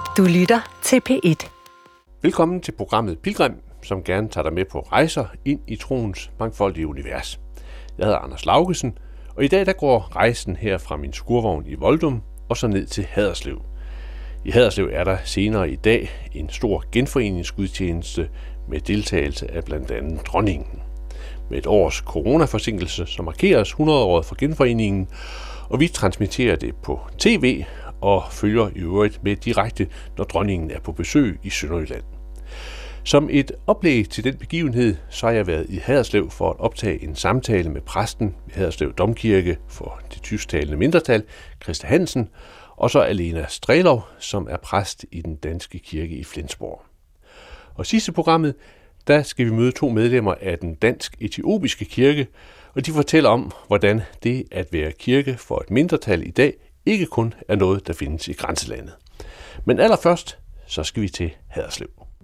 Du lytter til P1. Velkommen til programmet Pilgrim, som gerne tager dig med på rejser ind i troens mangfoldige univers. Jeg hedder Anders Laugesen, og i dag der går rejsen her fra min skurvogn i Voldum og så ned til Haderslev. I Haderslev er der senere i dag en stor genforeningsgudstjeneste med deltagelse af blandt andet dronningen. Med et års coronaforsinkelse, så markeres 100-året for genforeningen, og vi transmitterer det på tv og følger i øvrigt med direkte, når dronningen er på besøg i Sønderjylland. Som et oplæg til den begivenhed, så har jeg været i Haderslev for at optage en samtale med præsten ved Haderslev Domkirke for det tysktalende mindretal, Christa Hansen, og så Alena Strelov, som er præst i den danske kirke i Flensborg. Og sidste programmet, der skal vi møde 2 medlemmer af den dansk-etiopiske kirke, og de fortæller om, hvordan det at være kirke for et mindretal i dag ikke kun er noget, der findes i grænselandet. Men allerførst, så skal vi til Haderslev.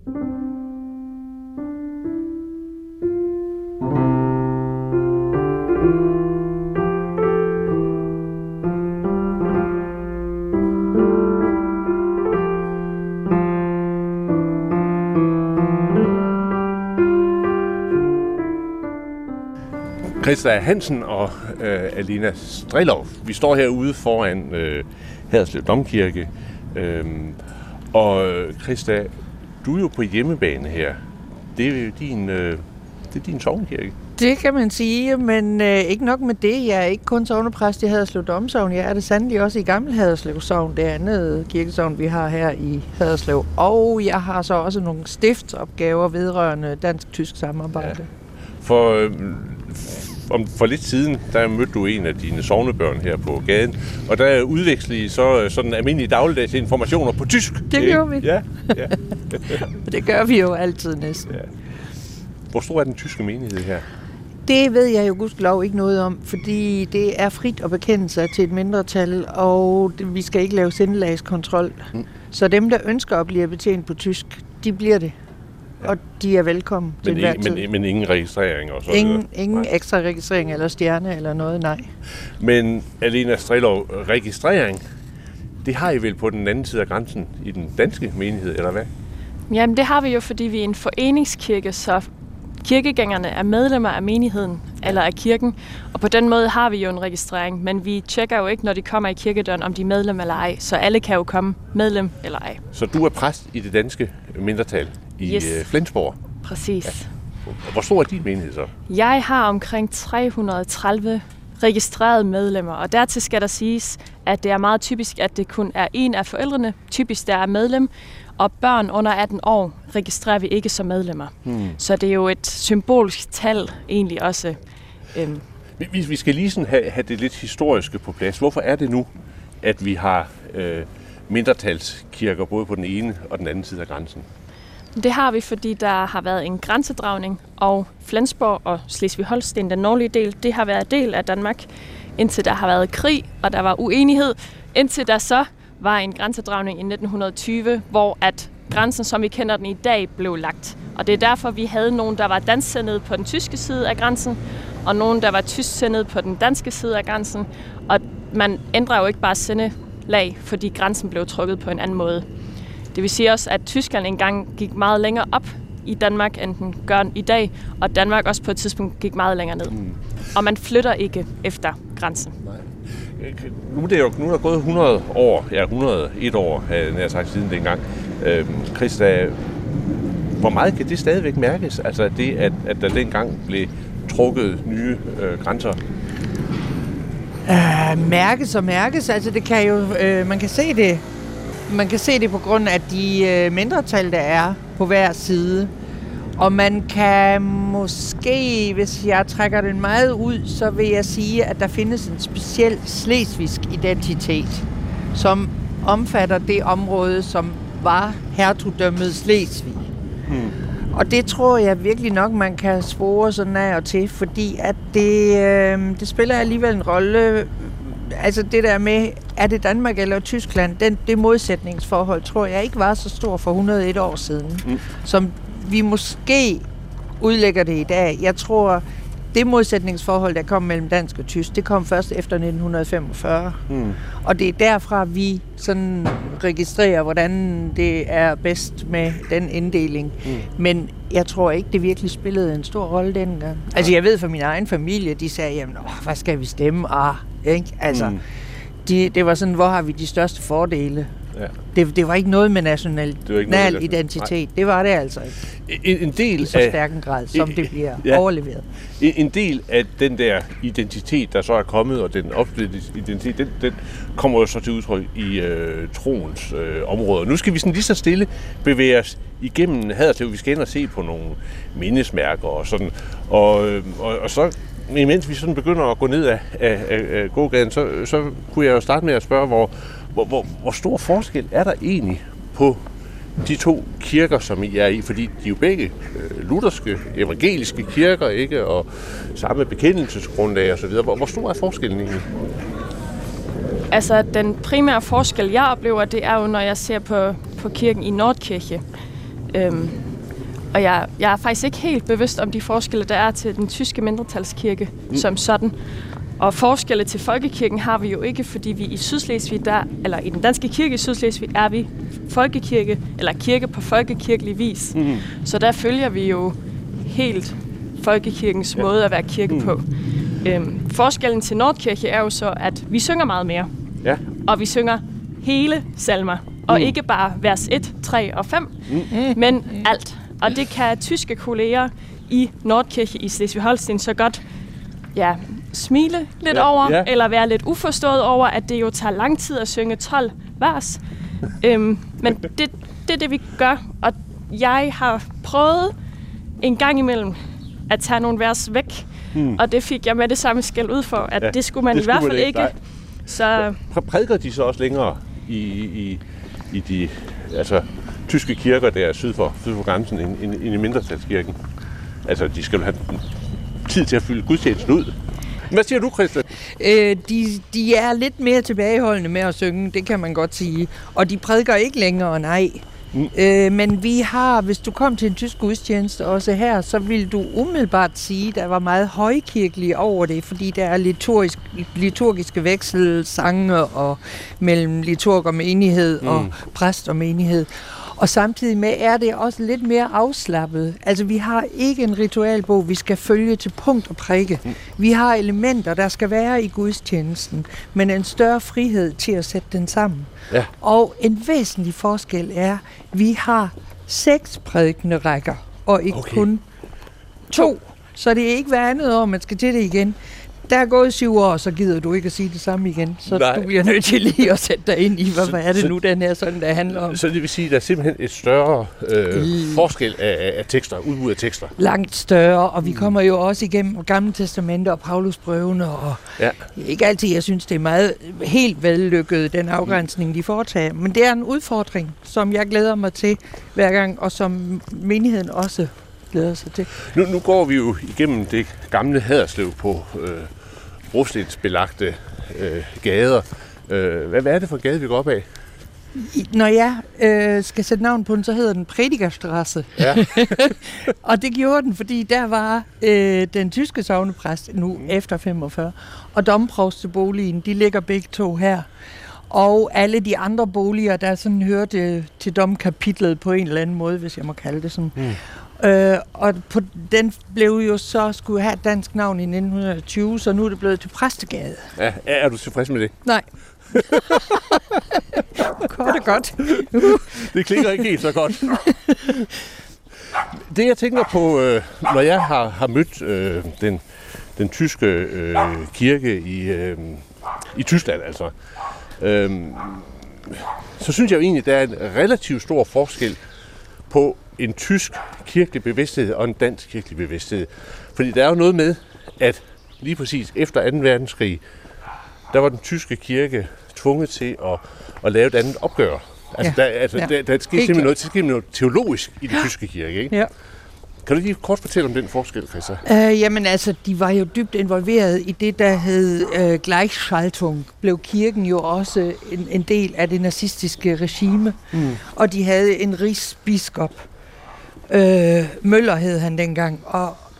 Christa Hansen og Alena Strelov. Vi står herude foran Haderslev Domkirke. Og Christa, du er jo på hjemmebane her. Det er din sognekirke. Det kan man sige, men ikke nok med det. Jeg er ikke kun sognepræst i Haderslev Domsogn. Jeg er det sandelig også i Gammel Haderslev Sogn, det andet kirkesogn, vi har her i Haderslev. Og jeg har så også nogle stiftsopgaver vedrørende dansk-tysk samarbejde. Ja. For lidt siden, der mødte du en af dine sognebørn her på gaden, og der udvekslede I så sådan almindelige dagligdags informationer på tysk. Det gjorde vi. Ja. Det gør vi jo altid næsten. Ja. Hvor stor er den tyske menighed her? Det ved jeg jo gudskelov ikke noget om, fordi det er frit at bekende sig til et mindretal, og vi skal ikke lave sindelagskontrol. Så dem, der ønsker at blive betjent på tysk, de bliver det. Ja. Og de er velkommen til hver tid. Men ingen registrering og så ingen ekstra registrering eller stjerne eller noget, nej. Men Alena Strelov, registrering, det har I vel på den anden side af grænsen i den danske menighed, eller hvad? Jamen det har vi jo, fordi vi er en foreningskirke, så kirkegængerne er medlemmer af menigheden eller af kirken, og på den måde har vi jo en registrering, men vi tjekker jo ikke, når de kommer i kirkedøren, om de er medlem eller ej, så alle kan jo komme medlem eller ej. Så du er præst i det danske mindretal i Flensborg? Præcis. Ja. Hvor stor er din menighed så? Jeg har omkring 330 registrerede medlemmer, og dertil skal der siges, at det er meget typisk, at det kun er en af forældrene, typisk der er medlem, og børn under 18 år registrerer vi ikke som medlemmer. Så det er jo et symbolsk tal egentlig også. Vi skal lige sådan have det lidt historiske på plads. Hvorfor er det nu, at vi har mindretalskirker både på den ene og den anden side af grænsen? Det har vi, fordi der har været en grænsedragning, og Flensborg og Slesvig-Holsten, den nordlige del, det har været del af Danmark, indtil der har været krig, og der var uenighed, indtil der så var en grænsedragning i 1920, hvor at grænsen, som vi kender den i dag, blev lagt. Og det er derfor, vi havde nogen, der var dansksindede på den tyske side af grænsen, og nogen, der var tysksindede på den danske side af grænsen. Og man ændrer jo ikke bare sindelag, fordi grænsen blev trukket på en anden måde. Det vil sige også, at Tyskland engang gik meget længere op i Danmark, end den gør i dag, og Danmark også på et tidspunkt gik meget længere ned. Og man flytter ikke efter grænsen. Nej. Nu er der gået 100 år, 101 år, havde jeg sagt siden dengang. Christa, hvor meget kan det stadigvæk mærkes? Altså det, at der dengang blev trukket nye grænser? Mærkes. Altså det kan jo, man kan se det. Man kan se det på grund af de mindretal, der er på hver side. Og man kan måske, hvis jeg trækker den meget ud, så vil jeg sige, at der findes en speciel slesvigsk identitet, som omfatter det område, som var hertugdømmet Slesvig. Og det tror jeg virkelig nok, man kan spore sådan af og til, fordi at det spiller alligevel en rolle. Altså det der med, er det Danmark eller Tyskland, det modsætningsforhold tror jeg ikke var så stor for 101 år siden, som vi måske udlægger det i dag. Jeg tror, det modsætningsforhold, der kom mellem dansk og tysk, det kom først efter 1945. Og det er derfra, vi sådan registrerer, hvordan det er bedst med den inddeling. Men jeg tror ikke, det virkelig spillede en stor rolle dengang. Altså, jeg ved fra min egen familie, de sagde, jamen, hvad skal vi stemme? Ikke? Altså, det var sådan, hvor har vi de største fordele? Ja. Det var ikke noget med national identitet. Det var det altså ikke. En del i så stærk en grad, som det bliver overleveret. En del af den der identitet, der så er kommet, og den opsplittede identitet, den kommer jo så til udtryk i troens områder. Nu skal vi sådan lige så stille bevæge os igennem Haderslev. Vi skal ind og se på nogle mindesmærker og sådan. Og så, imens vi sådan begynder at gå ned af gågaden, så kunne jeg jo starte med at spørge, hvor stor forskel er der egentlig på de to kirker, som I er i? Fordi de er jo begge lutherske, evangeliske kirker, ikke? Og samme bekendelsesgrundlag og så videre. Hvor stor er forskellen egentlig? Altså, den primære forskel, jeg oplever, det er jo, når jeg ser på kirken i Nordkirche. Og jeg er faktisk ikke helt bevidst om de forskelle, der er til den tyske mindretalskirke som sådan. Og forskelle til folkekirken har vi jo ikke, fordi vi i Sydslesvig, eller i den danske kirke i Sydslesvig, er vi folkekirke, eller kirke på folkekirkelig vis. Så der følger vi jo helt folkekirkens måde at være kirke på. Forskellen til Nordkirche er jo så, at vi synger meget mere. Ja. Og vi synger hele salmer, og ikke bare vers 1, 3 og 5, men alt. Og det kan tyske kolleger i Nordkirche i Slesvig-Holsten så godt smile lidt over, eller være lidt uforstået over, at det jo tager lang tid at synge 12 vers. Men det er det, vi gør. Og jeg har prøvet en gang imellem at tage nogle vers væk, og det fik jeg med det samme skæld ud for, at det skulle man i hvert fald ikke. Så prædiker de så også længere i de tyske kirker, der er syd for grænsen, end i mindretalskirken? Altså, de skal have tid til at fylde gudstjenesten ud. Hvad siger du, Christa? De er lidt mere tilbageholdende med at synge, det kan man godt sige. Og de prædiker ikke længere, nej. Men vi har, hvis du kom til en tysk gudstjeneste også her, så vil du umiddelbart sige, at der var meget højkirkelige over det, fordi der er liturgiske vekselsange og mellem liturg og menighed og præst og menighed. Og samtidig med er det også lidt mere afslappet. Altså, vi har ikke en ritualbog, vi skal følge til punkt og prikke. Vi har elementer, der skal være i gudstjenesten, men en større frihed til at sætte den sammen. Ja. Og en væsentlig forskel er, at vi har 6 prædikende rækker, og ikke kun 2. Så det er ikke hver andet år, man skal til det igen. Der er gået 7 år, så gider du ikke at sige det samme igen. Så du bliver nødt til lige at sætte dig ind i, hvad er det nu, den her søndag handler om. Så det vil sige, at der er simpelthen et større forskel af tekster, udbud af tekster? Langt større, og vi kommer jo også igennem Gamle Testamente og Paulus brevene, og ikke altid, jeg synes, det er meget helt vellykket, den afgrænsning, de foretager. Men det er en udfordring, som jeg glæder mig til hver gang, og som menigheden også glæder sig til. Nu går vi jo igennem det gamle Haderslev på brostensbelagte gader. Hvad er det for en gade, vi går op af? Når jeg skal sætte navn på den, så hedder den Predigerstrasse. Ja. Og det gjorde den, fordi der var den tyske sognepræst nu efter 45, og domprovsteboligen, de ligger begge to her. Og alle de andre boliger, der sådan hørte til domkapitlet på en eller anden måde, hvis jeg må kalde det sådan. Og den blev jo så skulle have et dansk navn i 1920, så nu er det blevet til Præstegade. Ja, er du tilfreds med det? Nej. Godt. Det klinger ikke helt så godt. Det jeg tænker på, når jeg har mødt den tyske kirke i Tyskland, altså, så synes jeg jo egentlig, der er en relativt stor forskel på en tysk kirkelig bevidsthed og en dansk kirkelig bevidsthed. Fordi der er jo noget med, at lige præcis efter 2. verdenskrig, der var den tyske kirke tvunget til at lave et andet opgør. Altså, der skete simpelthen noget teologisk i den tyske kirke, ikke? Ja. Kan du lige kort fortælle om den forskel, Christa? Jamen altså, de var jo dybt involveret i det, der hed Gleichschaltung. Blev kirken jo også en del af det nazistiske regime. Og de havde en rigsbiskop. Møller hed han dengang.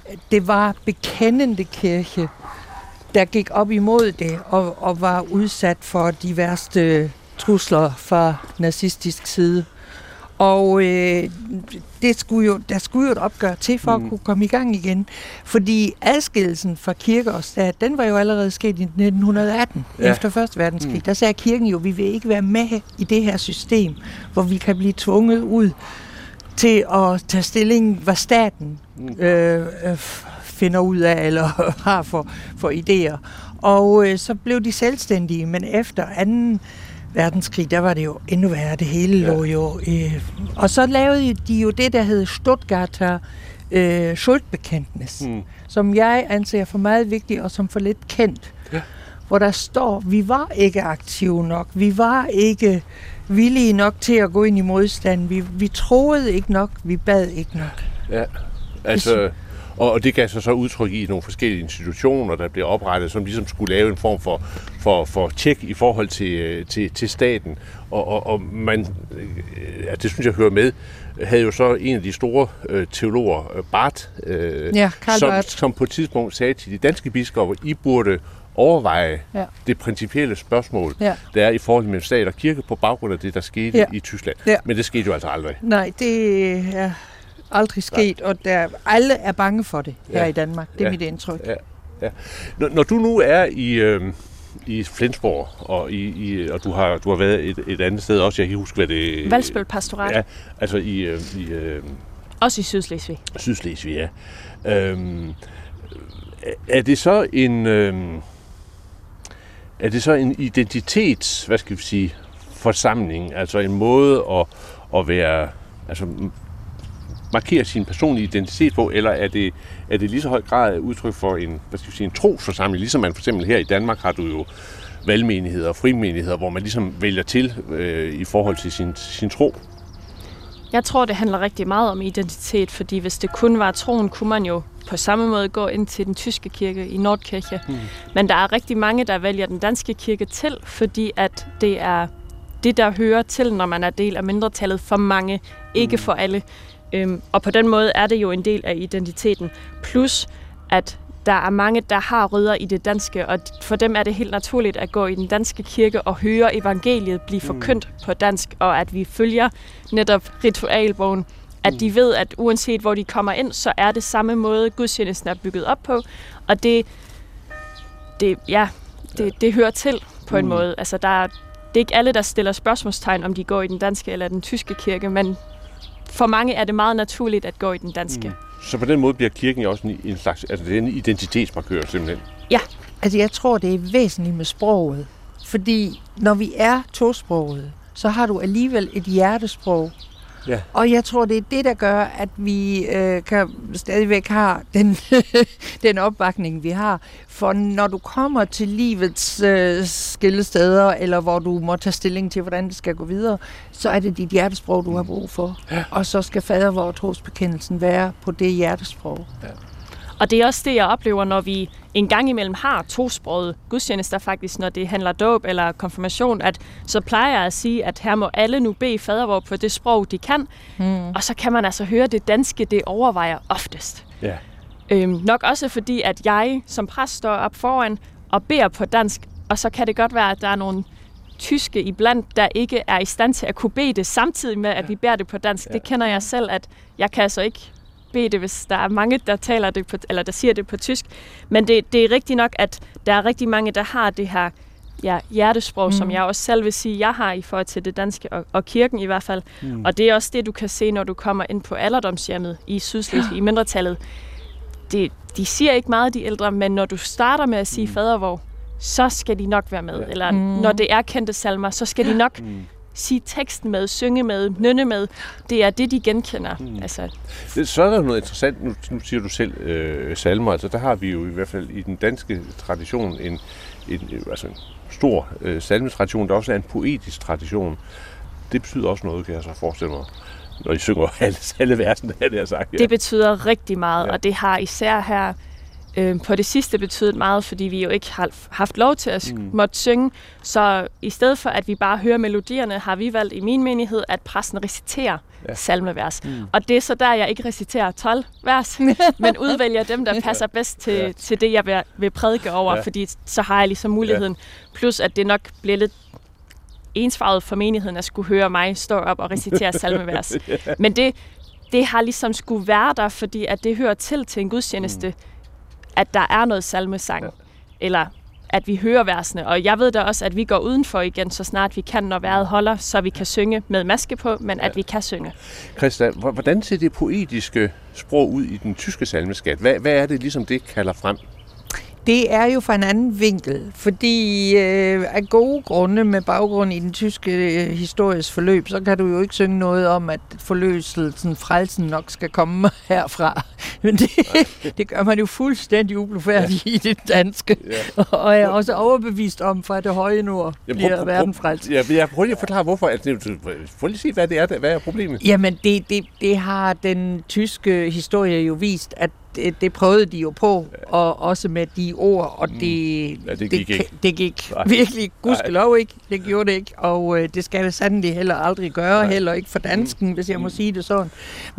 det var bekendende kirke, der gik op imod det og var udsat for de værste trusler fra nazistisk side. Og der skulle jo et opgør til for at kunne komme i gang igen. Fordi adskillelsen fra kirke og stat, den var jo allerede sket i 1918, efter 1. verdenskrig. Der sagde kirken jo, vi vil ikke være med i det her system, hvor vi kan blive tvunget ud til at tage stilling, hvad staten finder ud af, eller har for idéer. Og så blev de selvstændige, men efter 2. verdenskrig, der var det jo endnu værre, det hele lå jo. Og så lavede de jo det, der hed Stuttgarter Schuldbekenntnis, som jeg anser for meget vigtigt og som for lidt kendt. Ja. Hvor der står, vi var ikke aktive nok, vi var ikke villige nok til at gå ind i modstand, vi troede ikke nok, vi bad ikke nok. Ja, altså... Og det gav sig så udtryk i nogle forskellige institutioner, der blev oprettet, som ligesom skulle lave en form for tjek i forhold til staten. Og man, det synes jeg hører med, havde jo så en af de store teologer, Barth, som på et tidspunkt sagde til de danske biskopper, I burde overveje det principielle spørgsmål, der er i forhold mellem stat og kirke på baggrund af det, der skete i Tyskland. Ja. Men det skete jo altså aldrig. Nej, det er aldrig sket, og alle er bange for det her i Danmark. Det er mit indtryk. Ja. Når du nu er i Flensborg, og du har været et andet sted også, jeg kan huske, hvad det... Valsbøl Pastorat. Ja, altså også i Sydslesvig. Sydslesvig, ja. Er det så en identitets, hvad skal vi sige, forsamling, altså en måde at være, altså markere sin personlige identitet på, eller er det lige så høj grad udtryk for en trosforsamling, ligesom man for eksempel her i Danmark har du jo valgmenigheder og frimenigheder, hvor man ligesom vælger til i forhold til sin tro? Jeg tror, det handler rigtig meget om identitet, fordi hvis det kun var troen, kunne man jo på samme måde gå ind til den tyske kirke i Nordkirche. Men der er rigtig mange, der vælger den danske kirke til, fordi at det er det, der hører til, når man er del af mindretallet for mange, ikke for alle. Og på den måde er det jo en del af identiteten. Plus, at der er mange, der har rødder i det danske, og for dem er det helt naturligt at gå i den danske kirke og høre evangeliet blive forkyndt på dansk, og at vi følger netop ritualbogen. At de ved, at uanset hvor de kommer ind, så er det samme måde, gudstjenesten er bygget op på. Og det hører til på en måde. Altså, det er ikke alle, der stiller spørgsmålstegn, om de går i den danske eller den tyske kirke, men for mange er det meget naturligt at gå i den danske. Så på den måde bliver kirken jo også en slags, altså det er en identitetsmarkør simpelthen? Ja, altså jeg tror, det er væsentligt med sproget. Fordi når vi er tosprogede, så har du alligevel et hjertesprog. Ja. Og jeg tror, det er det, der gør, at vi kan stadigvæk har den opbakning, vi har. For når du kommer til livets skillesteder, eller hvor du må tage stilling til, hvordan det skal gå videre, så er det dit hjertesprog, du har brug for. Ja. Og så skal fadervor trosbekendelsen være på det hjertesprog. Ja. Og det er også det, jeg oplever, når vi en gang imellem har tosproget gudstjenester faktisk, når det handler dåb eller konfirmation, at så plejer jeg at sige, at her må alle nu bede fadervor på det sprog, de kan. Og så kan man altså høre, det danske, det overvejer oftest. Yeah. Nok også fordi, at jeg som præst står op foran og beder på dansk, og så kan det godt være, at der er nogle tyske iblandt, der ikke er i stand til at kunne bede det, samtidig med, at vi beder det på dansk. Det kender jeg selv, at jeg kan altså ikke bede det, hvis der er mange, der taler det på, eller der siger det på tysk. Men det er rigtigt nok, at der er rigtig mange, der har det her hjertesprog, som jeg også selv vil sige, jeg har i forhold til det danske, og kirken i hvert fald. Og det er også det, du kan se, når du kommer ind på alderdomshjemmet i Sydslesvig, i mindretallet. De siger ikke meget, de ældre, men når du starter med at sige fadervor, så skal de nok være med. Eller når det er kendte salmer, så skal de nok sige teksten med, synge med, nynne med. Det er det, de genkender. Altså. Så er der noget interessant. Nu siger du selv salmer. Altså, der har vi jo i hvert fald i den danske tradition en stor salmetradition, der også er en poetisk tradition. Det betyder også noget, kan jeg så forestille mig, når I synger alle versene, har det sagt. Ja. Det betyder rigtig meget, og det har især her På det sidste betød meget, fordi vi jo ikke har haft lov til at måtte synge. Så i stedet for, at vi bare hører melodierne, har vi valgt i min menighed, at præsten reciterer salmevers. Og det er så der, jeg ikke reciterer 12 vers, men udvælger dem, der passer bedst til det, jeg vil prædike over, fordi så har jeg ligesom muligheden. Plus, at det nok bliver lidt ensfarvet for menigheden at skulle høre mig stå op og recitere salmevers. Men det har ligesom skulle være der, fordi at det hører til en gudstjeneste, at der er noget salmesang, eller at vi hører versene. Og jeg ved da også, at vi går udenfor igen, så snart vi kan, når vejret holder, så vi kan synge med maske på, men at vi kan synge. Christa, hvordan ser det poetiske sprog ud i den tyske salmeskat? Hvad er det ligesom det kalder frem? Det er jo fra en anden vinkel, fordi af gode grunde med baggrund i den tyske histories forløb, så kan du jo ikke synge noget om, at forløselsen, frelsen nok skal komme herfra. Men det gør man jo fuldstændig ublufærdigt i det danske, og er også overbevist om, fra det høje nord bliver verden frelst. Jeg prøver lige at forklare, hvorfor. Prøv lige at sige, hvad det er. Hvad er problemet? Jamen, det har den tyske historie jo vist, at det prøvede de jo på, og også med de ord, og det gik virkelig gudskelov ikke. Det gjorde det ikke, og det skal det sandelig heller aldrig gøre, heller ikke for dansken, hvis jeg må sige det sådan.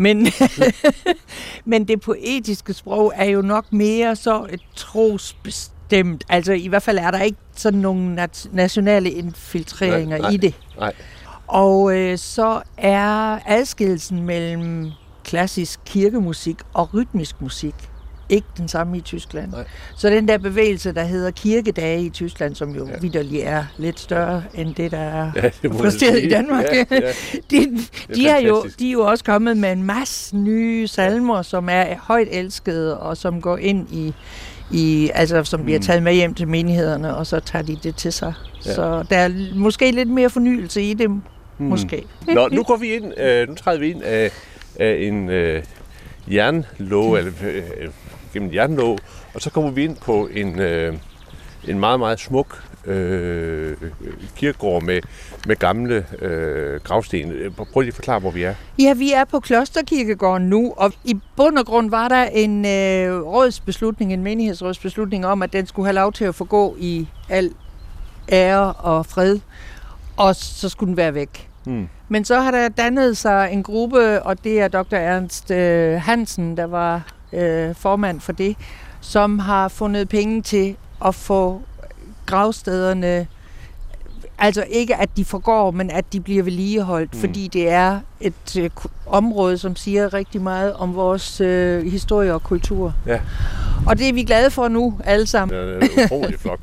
Men det poetiske sprog er jo nok mere så et trosbestemt, altså i hvert fald er der ikke sådan nogle nationale infiltreringer i det. Nej. Og så er adskillelsen mellem klassisk kirkemusik og rytmisk musik ikke den samme i Tyskland. Nej. Så den der bevægelse, der hedder kirkedage i Tyskland, som jo vitterlig er lidt større end det, der er præsteret i Danmark, de er jo også kommet med en masse nye salmer, som er højt elskede, og som går ind i altså som bliver taget med hjem til menighederne, og så tager de det til sig. Ja. Så der er måske lidt mere fornyelse i det, måske. Nå, nu går vi ind, nu træder vi ind af en jernlåge, eller gennem en jernlåge, og så kommer vi ind på en meget, meget smuk kirkegård med gamle gravsten. Prøv lige at forklare, hvor vi er. Ja, vi er på Klosterkirkegården nu, og i bund og grund var der en rådsbeslutning, en menighedsrådsbeslutning om, at den skulle have lov til at forgå i al ære og fred, og så skulle den være væk. Men så har der dannet sig en gruppe, og det er Dr. Ernst Hansen, der var formand for det, som har fundet penge til at få gravstederne, altså ikke at de forgår, men at de bliver vedligeholdt, fordi det er et område, som siger rigtig meget om vores historie og kultur. Ja. Og det er vi glade for nu, alle sammen. Det er utroligt flot.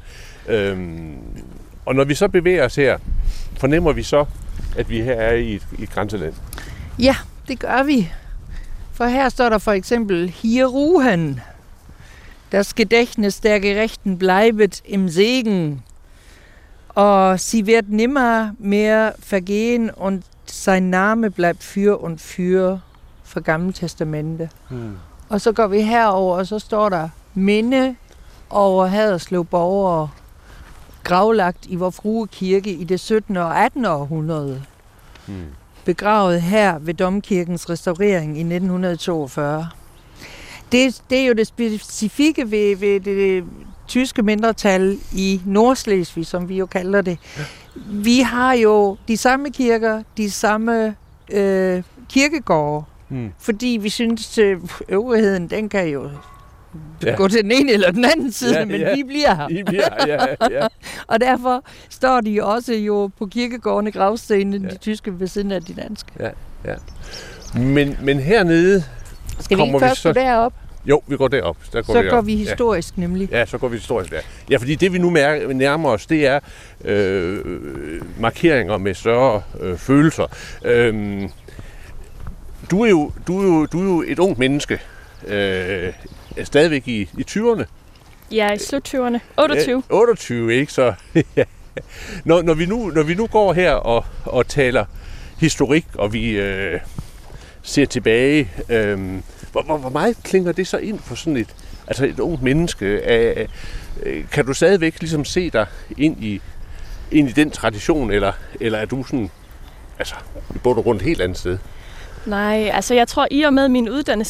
Og når vi så bevæger os her, fornemmer vi så, at vi her er i et grænseland? Ja, det gør vi. For her står der for eksempel, hier ruhen. Das Gedächtnis der Gerechten bleibet im Segen. Og sie wird nimmer mehr vergehen, und sein Name bleibt für und für fra Gamle Testamente. Og så går vi herover, og så står der, minde over Haderslev borgere, gravlagt i Vor Frue Kirke i det 17. og 18. århundrede. Begravet her ved Domkirkens restaurering i 1942. Det er jo det specifikke ved det tyske mindretal i Nordslesvig, som vi jo kalder det. Vi har jo de samme kirker, de samme kirkegårde, fordi vi synes, at øvrigheden, den kan jo gå til den ene eller den anden side, men vi bliver her. Ja. Og derfor står de også jo på kirkegårdene gravstenene, de tyske ved siden af de danske. Ja. Men hernede skal vi ikke først gå derop? Jo, vi går derop. Så går vi historisk nemlig. Ja, så går vi historisk der. Ja, fordi det vi nu nærmer os, det er markeringer med større følelser. Du er jo et ungt menneske. Stadigvæk i 20'erne. Ja, i slut 20'erne. 28. 28, ikke? Så, når vi nu går her og taler historik, og vi ser tilbage, hvor meget klinger det så ind på sådan et ungt menneske? Kan du stadigvæk ligesom se dig ind i den tradition, eller er du sådan, i bund og grund et helt andet sted? Nej, altså jeg tror, i og med min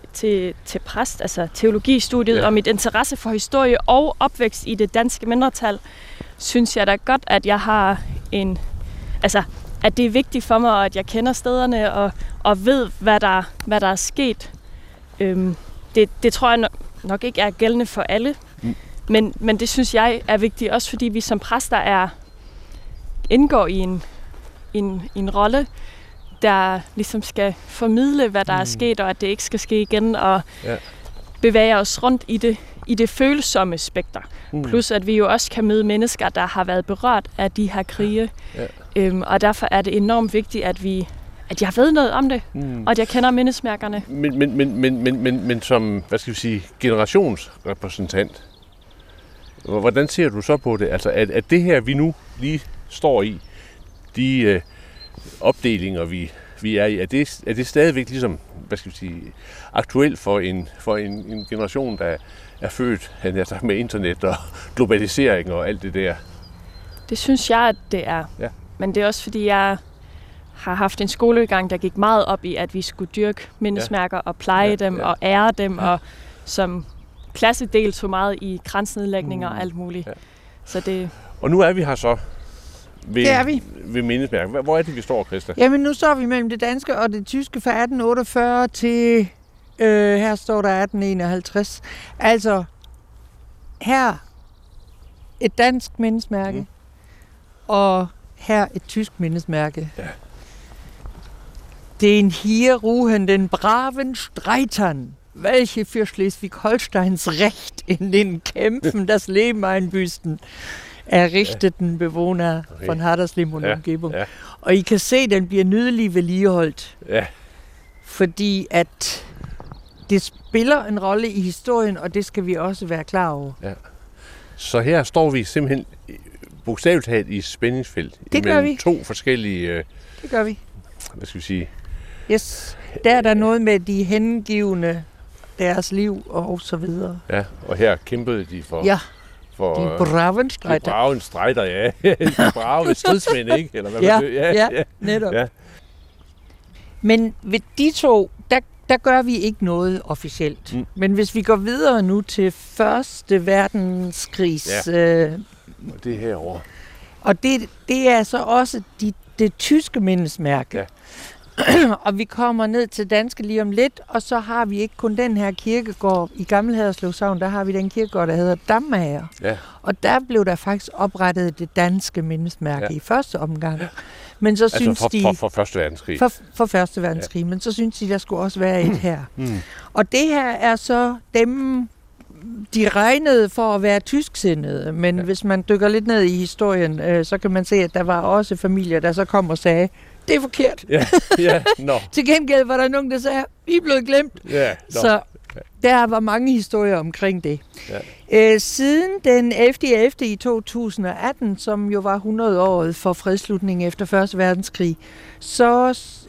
til præst, altså teologistudiet, og mit interesse for historie og opvækst i det danske mindretal, synes jeg da godt, at jeg har at det er vigtigt for mig, at jeg kender stederne og ved, hvad der er sket. Det tror jeg nok ikke er gældende for alle, men det synes jeg er vigtigt, også fordi vi som præster indgår i en rolle, der ligesom skal formidle, hvad der er sket, og at det ikke skal ske igen, og bevæge os rundt i det følsomme spekter. Plus at vi jo også kan møde mennesker, der har været berørt af de her krige. Og derfor er det enormt vigtigt, at jeg ved noget om det, og at jeg kender mindesmærkerne. Men som, hvad skal vi sige, generationsrepræsentant, hvordan ser du så på det? Altså, at det her, vi nu lige står i, de opdelinger, vi er i, er det stadigvæk ligesom, hvad skal vi sige, aktuelt for en generation, der er født med internet og globalisering og alt det der? Det synes jeg, at det er. Ja. Men det er også, fordi jeg har haft en skolegang, der gik meget op i, at vi skulle dyrke mindesmærker og pleje dem og ære dem, og som klasse deltog meget i kransnedlægninger og alt muligt. Ja. Så det... Og nu er vi her så ved mindesmærker. Hvor er det, vi står, Christa? Jamen, nu står vi mellem det danske og det tyske fra 1848 til, her står der 1851. Altså, her et dansk mindesmærke, og her et tysk mindesmærke. Ja. Den hier ruhen den braven Streitern, welche für Schleswig-Holsteins Recht in den Kämpfen das Leben einbüßten, errichteten Bewohner von Haderslev und Umgebung. Ja. Og I kan se, at den bliver nydeligt vedligeholdt. Ja. Fordi at det spiller en rolle i historien, og det skal vi også være klar over. Ja. Så her står vi simpelthen bogstaveligt talt i spændingsfelt. Det gør vi. To forskellige... Det gør vi. Hvad skal vi sige? Yes. Der er der noget med de hengivne, deres liv og så videre. Ja, og her kæmpede de for... Ja. De braven Streiter. De braven Streiter, ja. De brave stridsmænd, ikke? Eller hvad ja, netop. Ja. Men ved de to, der gør vi ikke noget officielt. Men hvis vi går videre nu til Første Verdenskrigs... Og det herovre. Og det er så også det tyske mindesmærke. Ja. Og vi kommer ned til danske lige om lidt, og så har vi ikke kun den her kirkegård i Gammel Haderslev Sogn, der har vi den kirkegård, der hedder Dammager. Ja. Og der blev der faktisk oprettet det danske mindesmærke i første omgang. Men så synes de... For Første Verdenskrig. For Første Verdenskrig, men så synes de, der skulle også være et her. Og det her er så dem... De regnede for at være tysksindede, men hvis man dykker lidt ned i historien, så kan man se, at der var også familier, der så kom og sagde, det er forkert. Til gengæld var der nogen, der sagde, I er blevet glemt. Så der var mange historier omkring det. Siden den 11.11. i 2018, som jo var 100-året for fredsslutningen efter 1. verdenskrig, så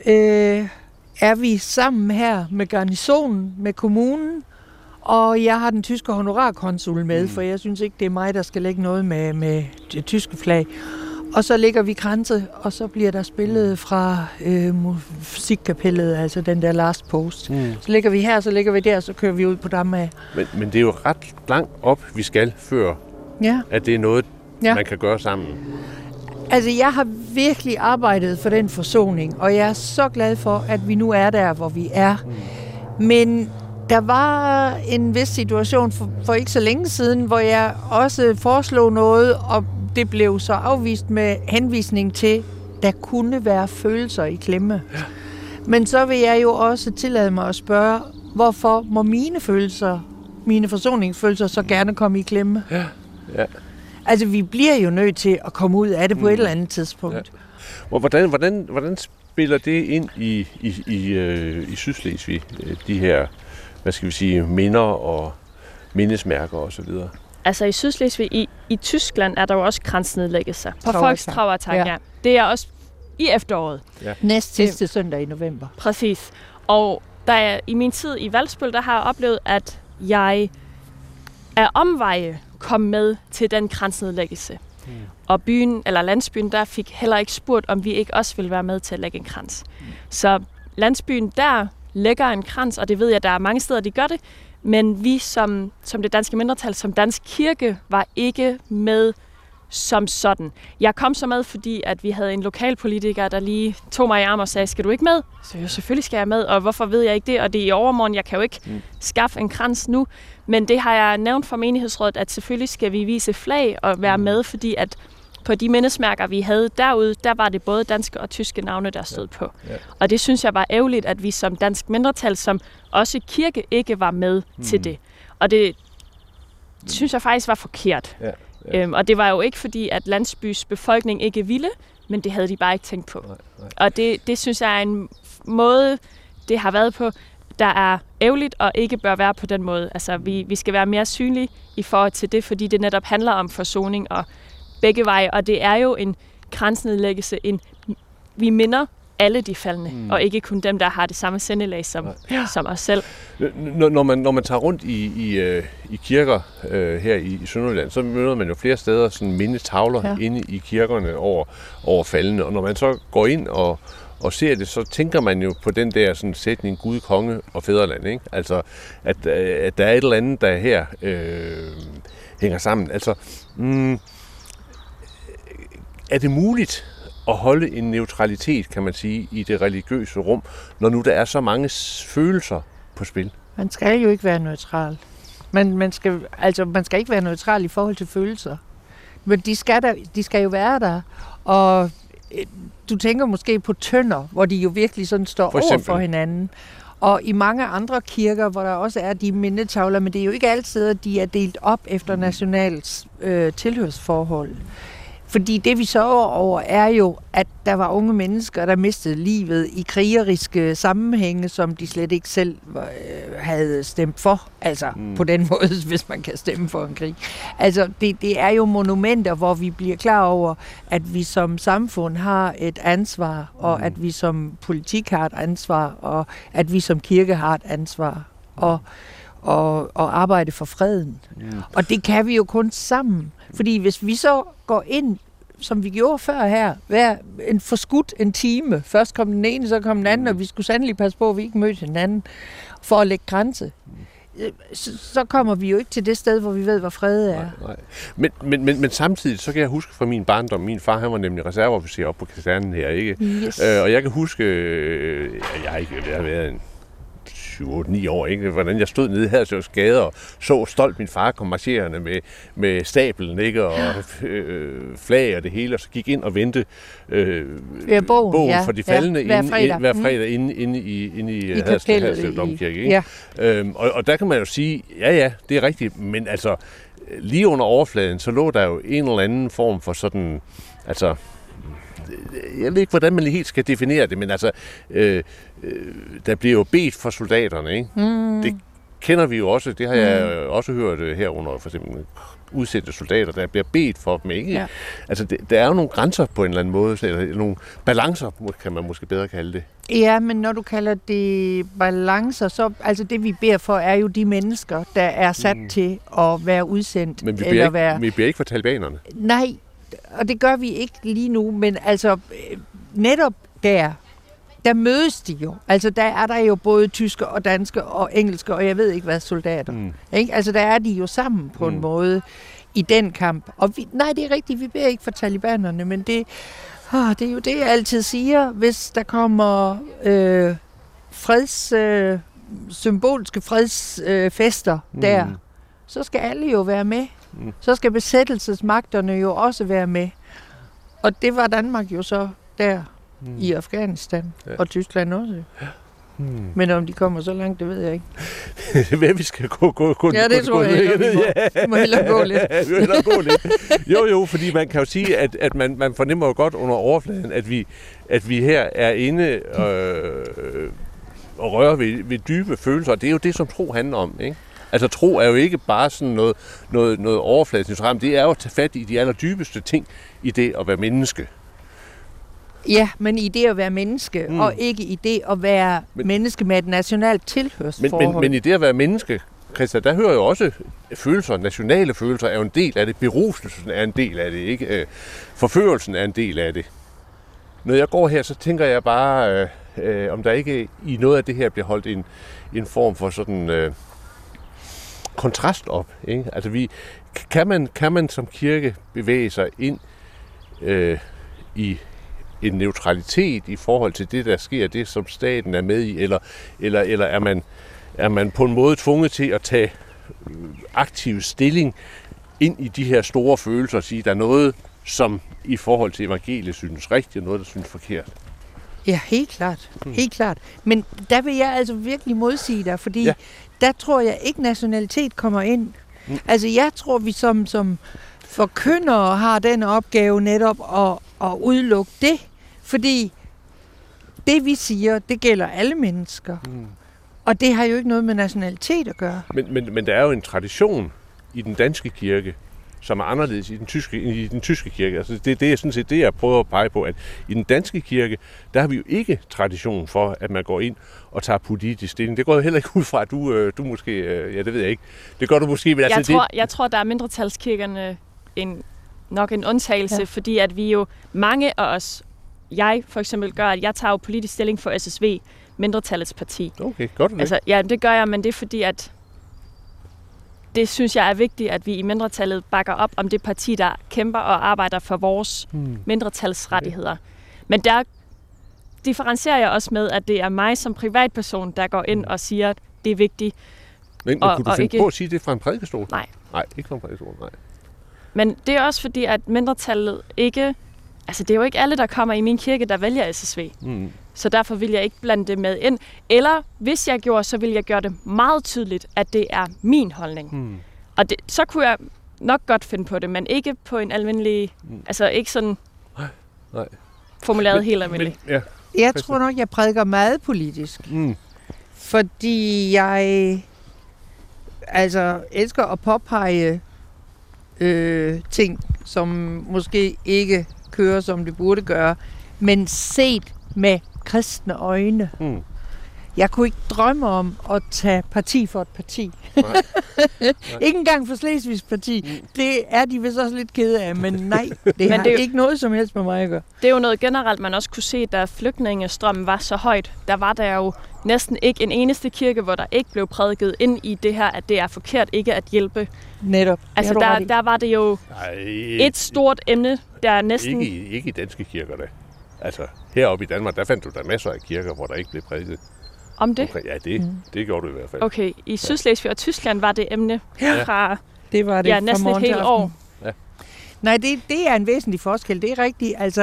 er vi sammen her med garnisonen, med kommunen, og jeg har den tyske honorarkonsul med, for jeg synes ikke, det er mig, der skal lægge noget med det tyske flag. Og så lægger vi kranse, og så bliver der spillet fra musikkapellet, altså den der last post. Så lægger vi her, så lægger vi der, så kører vi ud på Dammager. Men det er jo ret langt op, vi skal før, at det er noget, man kan gøre sammen. Altså, jeg har virkelig arbejdet for den forsoning, og jeg er så glad for, at vi nu er der, hvor vi er. Men der var en vis situation for ikke så længe siden, hvor jeg også foreslog noget, og det blev så afvist med henvisning til, der kunne være følelser i klemme. Ja. Men så vil jeg jo også tillade mig at spørge, hvorfor må mine forsoningsfølelser så gerne komme i klemme? Ja. Ja. Altså, vi bliver jo nødt til at komme ud af det på et eller andet tidspunkt. Ja. Hvordan spiller det ind i Sydslesvig, de her, hvad skal vi sige, minder og mindesmærker og så videre? Altså i Sydslesvig, i Tyskland er der jo også kransnedlæggelser på folks trauertag. Ja. Det er også i efteråret. Ja. Næst sidste søndag i november. Præcis. Og i min tid i Valsbøl, der har jeg oplevet, at jeg af omveje kom med til den kransnedlæggelse. Og byen, eller landsbyen, der fik heller ikke spurgt, om vi ikke også ville være med til at lægge en krans. Så landsbyen der lægger en krans, og det ved jeg, der er mange steder, de gør det, men vi som det danske mindretal, som dansk kirke, var ikke med som sådan. Jeg kom så med, fordi at vi havde en lokalpolitiker, der lige tog mig i arm og sagde, skal du ikke med? Så jo, selvfølgelig skal jeg med, og hvorfor ved jeg ikke det? Og det er i overmorgen, jeg kan jo ikke skaffe en krans nu. Men det har jeg nævnt for menighedsrådet, at selvfølgelig skal vi vise flag og være med, fordi at på de mindesmærker, vi havde derude, der var det både danske og tyske navne, der stod på. Ja. Og det synes jeg var ærgerligt, at vi som dansk mindretal, som også kirke, ikke var med til det. Og det synes jeg faktisk var forkert. Ja. Ja. Og det var jo ikke fordi, at landsbys befolkning ikke ville, men det havde de bare ikke tænkt på. Nej. Og det synes jeg er en måde, det har været på, der er ærgerligt og ikke bør være på den måde. Altså, vi skal være mere synlige i forhold til det, fordi det netop handler om forsoning og begge veje, og det er jo en kransnedlæggelse. Vi minder alle de faldne, og ikke kun dem, der har det samme sindelag som os selv. Når man tager rundt i kirker her i Sønderjylland, så møder man jo flere steder sådan mindetavler inde i kirkerne over faldne, og når man så går ind og ser det, så tænker man jo på den der sådan sætning Gud, konge og fædreland, ikke? Altså, at der er et eller andet, der her hænger sammen. Altså, er det muligt at holde en neutralitet, kan man sige, i det religiøse rum, når nu der er så mange følelser på spil? Man skal jo ikke være neutral. Man skal ikke være neutral i forhold til følelser. Men de skal jo være der. Og du tænker måske på Tønder, hvor de jo virkelig sådan står over for hinanden. Og i mange andre kirker, hvor der også er de mindetavler, men det er jo ikke altid, at de er delt op efter nationalt tilhørsforhold. Fordi det, vi sørger over, er jo, at der var unge mennesker, der mistede livet i krigeriske sammenhænge, som de slet ikke selv havde stemt for. Altså på den måde, hvis man kan stemme for en krig. Altså det er jo monumenter, hvor vi bliver klar over, at vi som samfund har et ansvar, og at vi som politik har et ansvar, og at vi som kirke har et ansvar. Og arbejde for freden. Og det kan vi jo kun sammen. Fordi hvis vi så går ind, som vi gjorde før her, forskudt en time. Først kom den ene, så kom den anden, og vi skulle sandelig passe på, at vi ikke mødte hinanden for at lægge grænse. Så kommer vi jo ikke til det sted, hvor vi ved, hvor fred er. Nej. Men samtidig, så kan jeg huske fra min barndom, min far, han var nemlig reserveofficer oppe på kasernen her, ikke? Yes. Og jeg kan huske, jeg har været en 7-8-9 år, ikke? Hvordan jeg stod nede her til Skade og så stolt min far komme marcherende med stablen, ikke? Og flag og det hele, og så gik ind og vendte bogen for de faldne hver fredag inde i Haderslev Domkirke. Ikke? Ja. Og der kan man jo sige, ja, det er rigtigt, men altså lige under overfladen, så lå der jo en eller anden form for sådan, altså jeg ved ikke, hvordan man helt skal definere det, men altså, der bliver jo bedt for soldaterne, ikke? Det kender vi jo også, det har jeg også hørt herunder, for eksempel udsendte soldater, der bliver bedt for dem, ikke? Ja. Altså, der er jo nogle grænser på en eller anden måde, eller nogle balancer, kan man måske bedre kalde det. Ja, men når du kalder det balancer, så altså det vi beder for, er jo de mennesker, der er sat til at være udsendt. Men vi beder ikke for talibanerne. Nej, og det gør vi ikke lige nu, men altså netop der mødes de jo. Altså der er der jo både tyske og danske og engelske, og jeg ved ikke hvad, soldater. Ikke? Altså der er de jo sammen på en måde i den kamp. Og det er rigtigt, vi beder ikke for talibanerne, men det er jo det, jeg altid siger, hvis der kommer symbolske fredsfester der, så skal alle jo være med. Så skal besættelsesmagterne jo også være med. Og det var Danmark jo så der i Afghanistan, og Tyskland også. Men om de kommer så langt, det ved jeg ikke. Det er hvad vi skal gå. Ja, det tror jeg ikke. Vi må hellere gå lidt. Jo, fordi man kan jo sige, at man fornemmer jo godt under overfladen, at vi her er inde og rører ved dybe følelser. Det er jo det, som tro handler om, ikke? Altså tro er jo ikke bare sådan noget overfladisk, det er jo at tage fat i de allerdybeste ting i det at være menneske. Ja, men i det at være menneske, og ikke i det at være menneske med et nationalt tilhørsforhold. Men i det at være menneske, Christa, der hører jo også følelser, nationale følelser er jo en del af det, beruselsen er en del af det, ikke? Forførelsen er en del af det. Når jeg går her, så tænker jeg bare, om der ikke i noget af det her bliver holdt en form for sådan kontrast op. Ikke? Altså kan man som kirke bevæge sig ind i en neutralitet i forhold til det, der sker, det som staten er med i, eller er man på en måde tvunget til at tage aktiv stilling ind i de her store følelser og sige, at der er noget, som i forhold til evangeliet synes rigtigt, og noget, der synes forkert? Ja, helt klart. Helt klart. Men der vil jeg altså virkelig modsige dig, fordi der tror jeg ikke, nationalitet kommer ind. Altså, jeg tror, vi som forkyndere har den opgave netop at udelukke det, fordi det, vi siger, det gælder alle mennesker. Og det har jo ikke noget med nationalitet at gøre. Men der er jo en tradition i den danske kirke, som er anderledes i den tyske kirke. Altså det er sådan set det, jeg prøver at pege på, at i den danske kirke, der har vi jo ikke tradition for, at man går ind og tager politisk stilling. Det går jo heller ikke ud fra, at du måske, det ved jeg ikke, det gør du måske. Men jeg tror, der er mindretalskirkerne nok en undtagelse, fordi at vi jo, mange af os, jeg for eksempel gør, at jeg tager jo politisk stilling for SSV, mindretallets parti. Okay, godt det. Altså, ja, det gør jeg, men det er fordi, at det synes jeg er vigtigt, at vi i mindretallet bakker op om det parti, der kæmper og arbejder for vores mindretalsrettigheder. Men der differentierer jeg også med, at det er mig som privatperson, der går ind og siger, at det er vigtigt. Men kunne du finde på at sige det fra en prædikestol? Nej. Nej, ikke fra en prædikestol, nej. Men det er også fordi, at mindretallet ikke... Altså, det er jo ikke alle, der kommer i min kirke, der vælger SSV. Så derfor vil jeg ikke blande det med ind. Eller hvis jeg gjorde, så vil jeg gøre det meget tydeligt, at det er min holdning. Og så kunne jeg nok godt finde på det, men ikke på en almindelig... Altså ikke sådan formuleret helt almindeligt. Jeg tror nok, jeg prædiker meget politisk. Fordi jeg elsker at påpege ting, som måske ikke kører, som det burde gøre, men set med kristne øjne. Jeg kunne ikke drømme om at tage parti for et parti. Ikke engang for Slesvigs parti. Det er de vist også lidt kede af, men nej, det har ikke noget som helst med mig at gøre. Det er jo noget generelt, man også kunne se, da flygtningestrømmen var så højt. Der var der jo næsten ikke en eneste kirke, hvor der ikke blev prædiket ind i det her, at det er forkert ikke at hjælpe. Netop. Altså der var det jo et stort emne, der næsten... Ikke i danske kirker, da. Altså heroppe i Danmark, der fandt du der masser af kirker, hvor der ikke blev prædiket. Om det? Okay, ja, det gjorde du i hvert fald. Okay, i Sydslesvig og Tyskland var det emne fra det var det næsten et helt år. Ja. Nej, det er en væsentlig forskel. Det er rigtigt. Altså,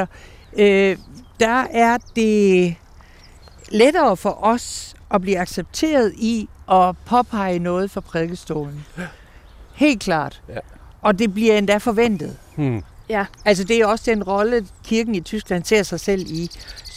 der er det lettere for os at blive accepteret i at påpege noget for prædikestolen. Helt klart. Ja. Og det bliver endda forventet. Ja. Altså, det er også den rolle, kirken i Tyskland ser sig selv i,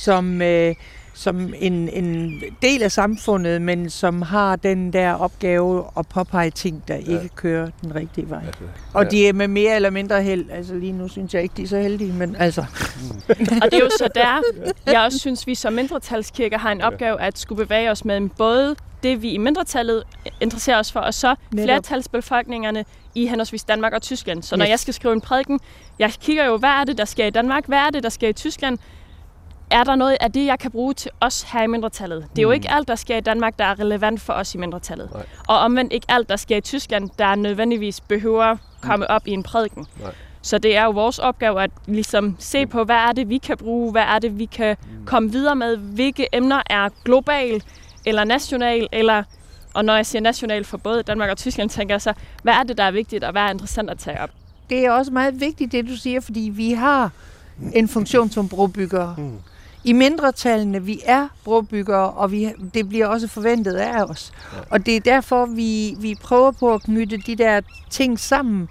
som en del af samfundet, men som har den der opgave at påpege ting, der ikke kører den rigtige vej. Og de er med mere eller mindre held. Altså lige nu synes jeg ikke, de er så heldige, men altså... Og det er jo så der, jeg også synes, vi som mindretalskirker har en opgave at skulle bevæge os med både det, vi i mindretallet interesserer os for, og så flertalsbefolkningerne i henholdsvis Danmark og Tyskland. Så når jeg skal skrive en prædiken, jeg kigger jo, hvad er det, der sker i Danmark? Hvad er det, der sker i Tyskland? Er der noget af det, jeg kan bruge til os her i mindretallet? Det er jo ikke alt, der sker i Danmark, der er relevant for os i mindretallet. Nej. Og omvendt ikke alt, der sker i Tyskland, der nødvendigvis behøver komme op i en prædiken. Nej. Så det er jo vores opgave at ligesom se på, hvad er det, vi kan bruge? Hvad er det, vi kan komme videre med? Hvilke emner er global eller national? Og når jeg siger national for både Danmark og Tyskland, tænker jeg så, hvad er det, der er vigtigt og hvad er interessant at tage op? Det er også meget vigtigt, det du siger, fordi vi har en funktion som brobyggere. I mindretallene, vi er brobyggere, og det bliver også forventet af os. Ja. Og det er derfor, vi prøver på at knytte de der ting sammen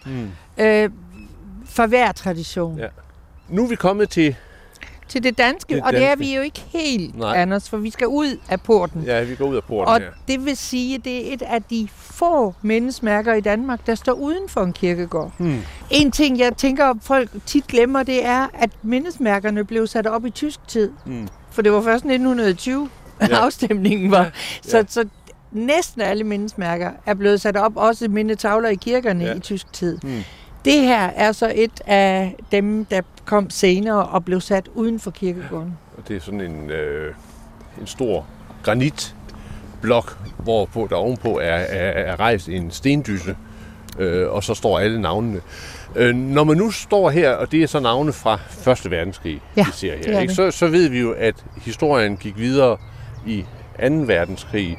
for hver tradition. Ja. Nu er vi kommet til det danske, og det er vi jo ikke helt, Anders, for vi skal ud af porten. Ja, vi går ud af porten og det vil sige, at det er et af de få mindesmærker i Danmark, der står uden for en kirkegård. En ting, jeg tænker, folk tit glemmer, det er, at mindesmærkerne blev sat op i tysk tid. For det var først 1920, afstemningen var. Så næsten alle mindesmærker er blevet sat op, også mindetavler i kirkerne i tysk tid. Det her er så et af dem, der kom senere og blev sat uden for kirkegården. Og det er sådan en stor granitblok, hvorpå der ovenpå er rejst en stendysse, og så står alle navnene. Når man nu står her, og det er så navne fra 1. verdenskrig, vi ser her, ikke? Så ved vi jo, at historien gik videre i 2. verdenskrig.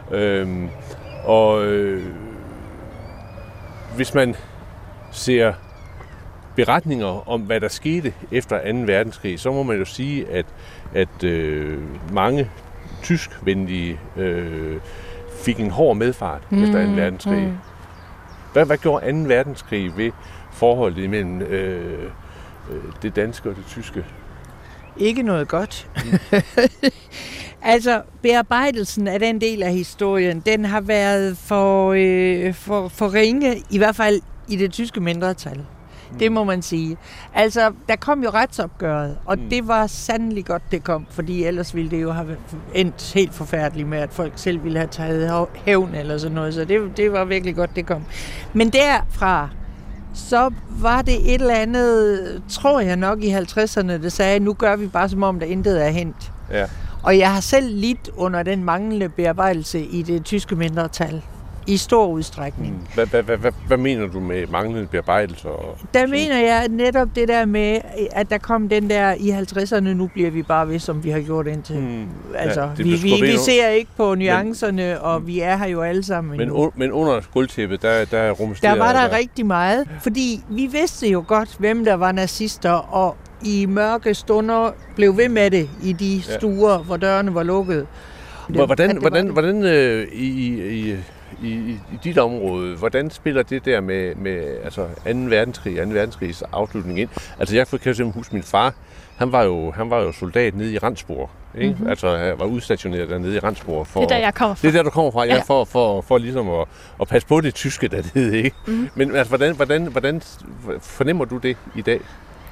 Hvis man ser beretninger om, hvad der skete efter 2. verdenskrig, så må man jo sige, at mange tyskvenlige fik en hård medfart efter 2. verdenskrig. Hvad gjorde 2. verdenskrig ved forholdet imellem det danske og det tyske? Ikke noget godt. Altså, bearbejdelsen af den del af historien, den har været for ringe, i hvert fald i det tyske mindretal. Det må man sige. Altså, der kom jo retsopgøret, og det var sandelig godt, det kom, fordi ellers ville det jo have endt helt forfærdeligt med, at folk selv ville have taget hævn eller sådan noget, så det var virkelig godt, det kom. Men derfra, så var det et eller andet, tror jeg nok i 50'erne, der sagde, nu gør vi bare som om, der intet er hent. Ja. Og jeg har selv lidt under den manglende bearbejdelse i det tyske mindretal. I stor udstrækning. Hvad mener du med manglende bearbejdelse? Der mener jeg netop det der med, at der kom den der i 50'erne, nu bliver vi bare ved, som vi har gjort indtil. Altså, vi ser ikke på nuancerne, og vi er her jo alle sammen. Men under gulvtæppet, der rumsterede... Der var der rigtig meget, fordi vi vidste jo godt, hvem der var nazister, og i mørke stunder blev ved med det i de stuer, hvor dørene var lukket. Hvordan i dit område, hvordan spiller det der med altså 2. verdenskrigs afslutning ind? Altså jeg kan simpelthen huske min far, han var jo soldat nede i Rendsborg, ikke? Altså var udstationeret dernede i Rendsborg. Det er der, jeg kommer fra. Det er der, du kommer fra, for ligesom at passe på det tyske dernede, ikke? Men altså, hvordan fornemmer du det i dag?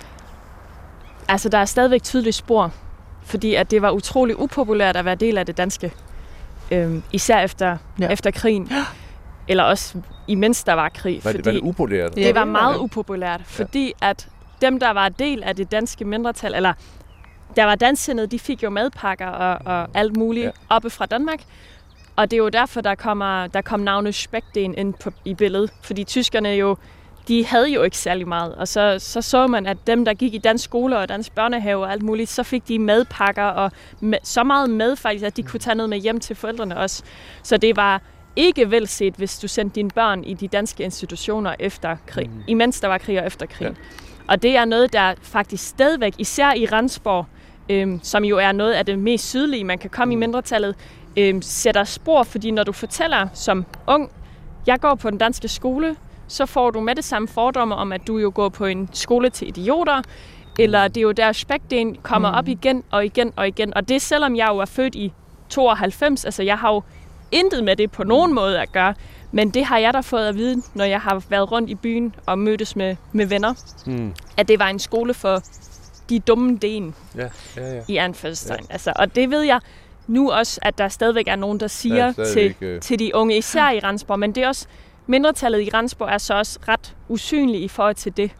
Altså der er stadigvæk tydeligt spor, fordi at det var utrolig upopulært at være del af det danske. Især efter krigen, eller også imens der var krig. Var det upopulært? Det var meget upopulært, fordi at dem, der var del af det danske mindretal, eller der var dansksindede, de fik jo madpakker og alt muligt oppe fra Danmark. Og det er jo derfor, der kom navnet Speckdehn ind i billedet, fordi tyskerne jo, de havde jo ikke særlig meget. Og så man, at dem, der gik i dansk skole og dansk børnehave og alt muligt, så fik de madpakker og så meget med faktisk, at de kunne tage noget med hjem til forældrene også. Så det var ikke velset, hvis du sendte dine børn i de danske institutioner efter krig, imens der var krig og efter krig. Ja. Og det er noget, der faktisk stadigvæk, især i Rendsborg, som jo er noget af det mest sydlige, man kan komme i mindretallet, sætter spor, fordi når du fortæller som ung, jeg går på den danske skole, så får du med det samme fordomme om, at du jo går på en skole til idioter, eller det er jo der Speckdehn kommer op igen og igen og igen. Og det selvom jeg jo er født i 92, altså jeg har jo intet med det på nogen måde at gøre, men det har jeg da fået at vide, når jeg har været rundt i byen og mødtes med venner, at det var en skole for de dumme den i anførselstegn. Ja. Altså, og det ved jeg nu også, at der stadigvæk er nogen, der siger til de unge, især i Rendsborg, men det er også mindretallet i Rendsborg er så også ret usynlig i forhold til det.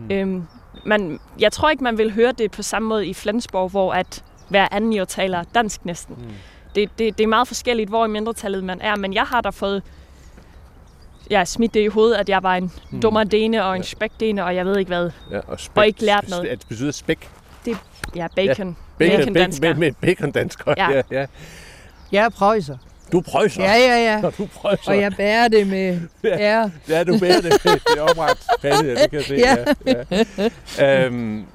Jeg tror ikke, man vil høre det på samme måde i Flensborg, hvor at hver anden jo taler dansk næsten. Det er meget forskelligt, hvor i mindretallet man er, men jeg har da fået smidt det i hovedet, at jeg var en dummer dene og en spækdene, og jeg ved ikke hvad. Ja, og ikke lært noget. Det betyder spæk? Bacon. Bacon-dansker. Med bacon-dansker, ja. Jeg er preußer. Du er preußer? Ja. Nå, du er preußer. Og jeg bærer det med ære. Ja, du bærer det med det opret pande, det kan jeg se. Ja.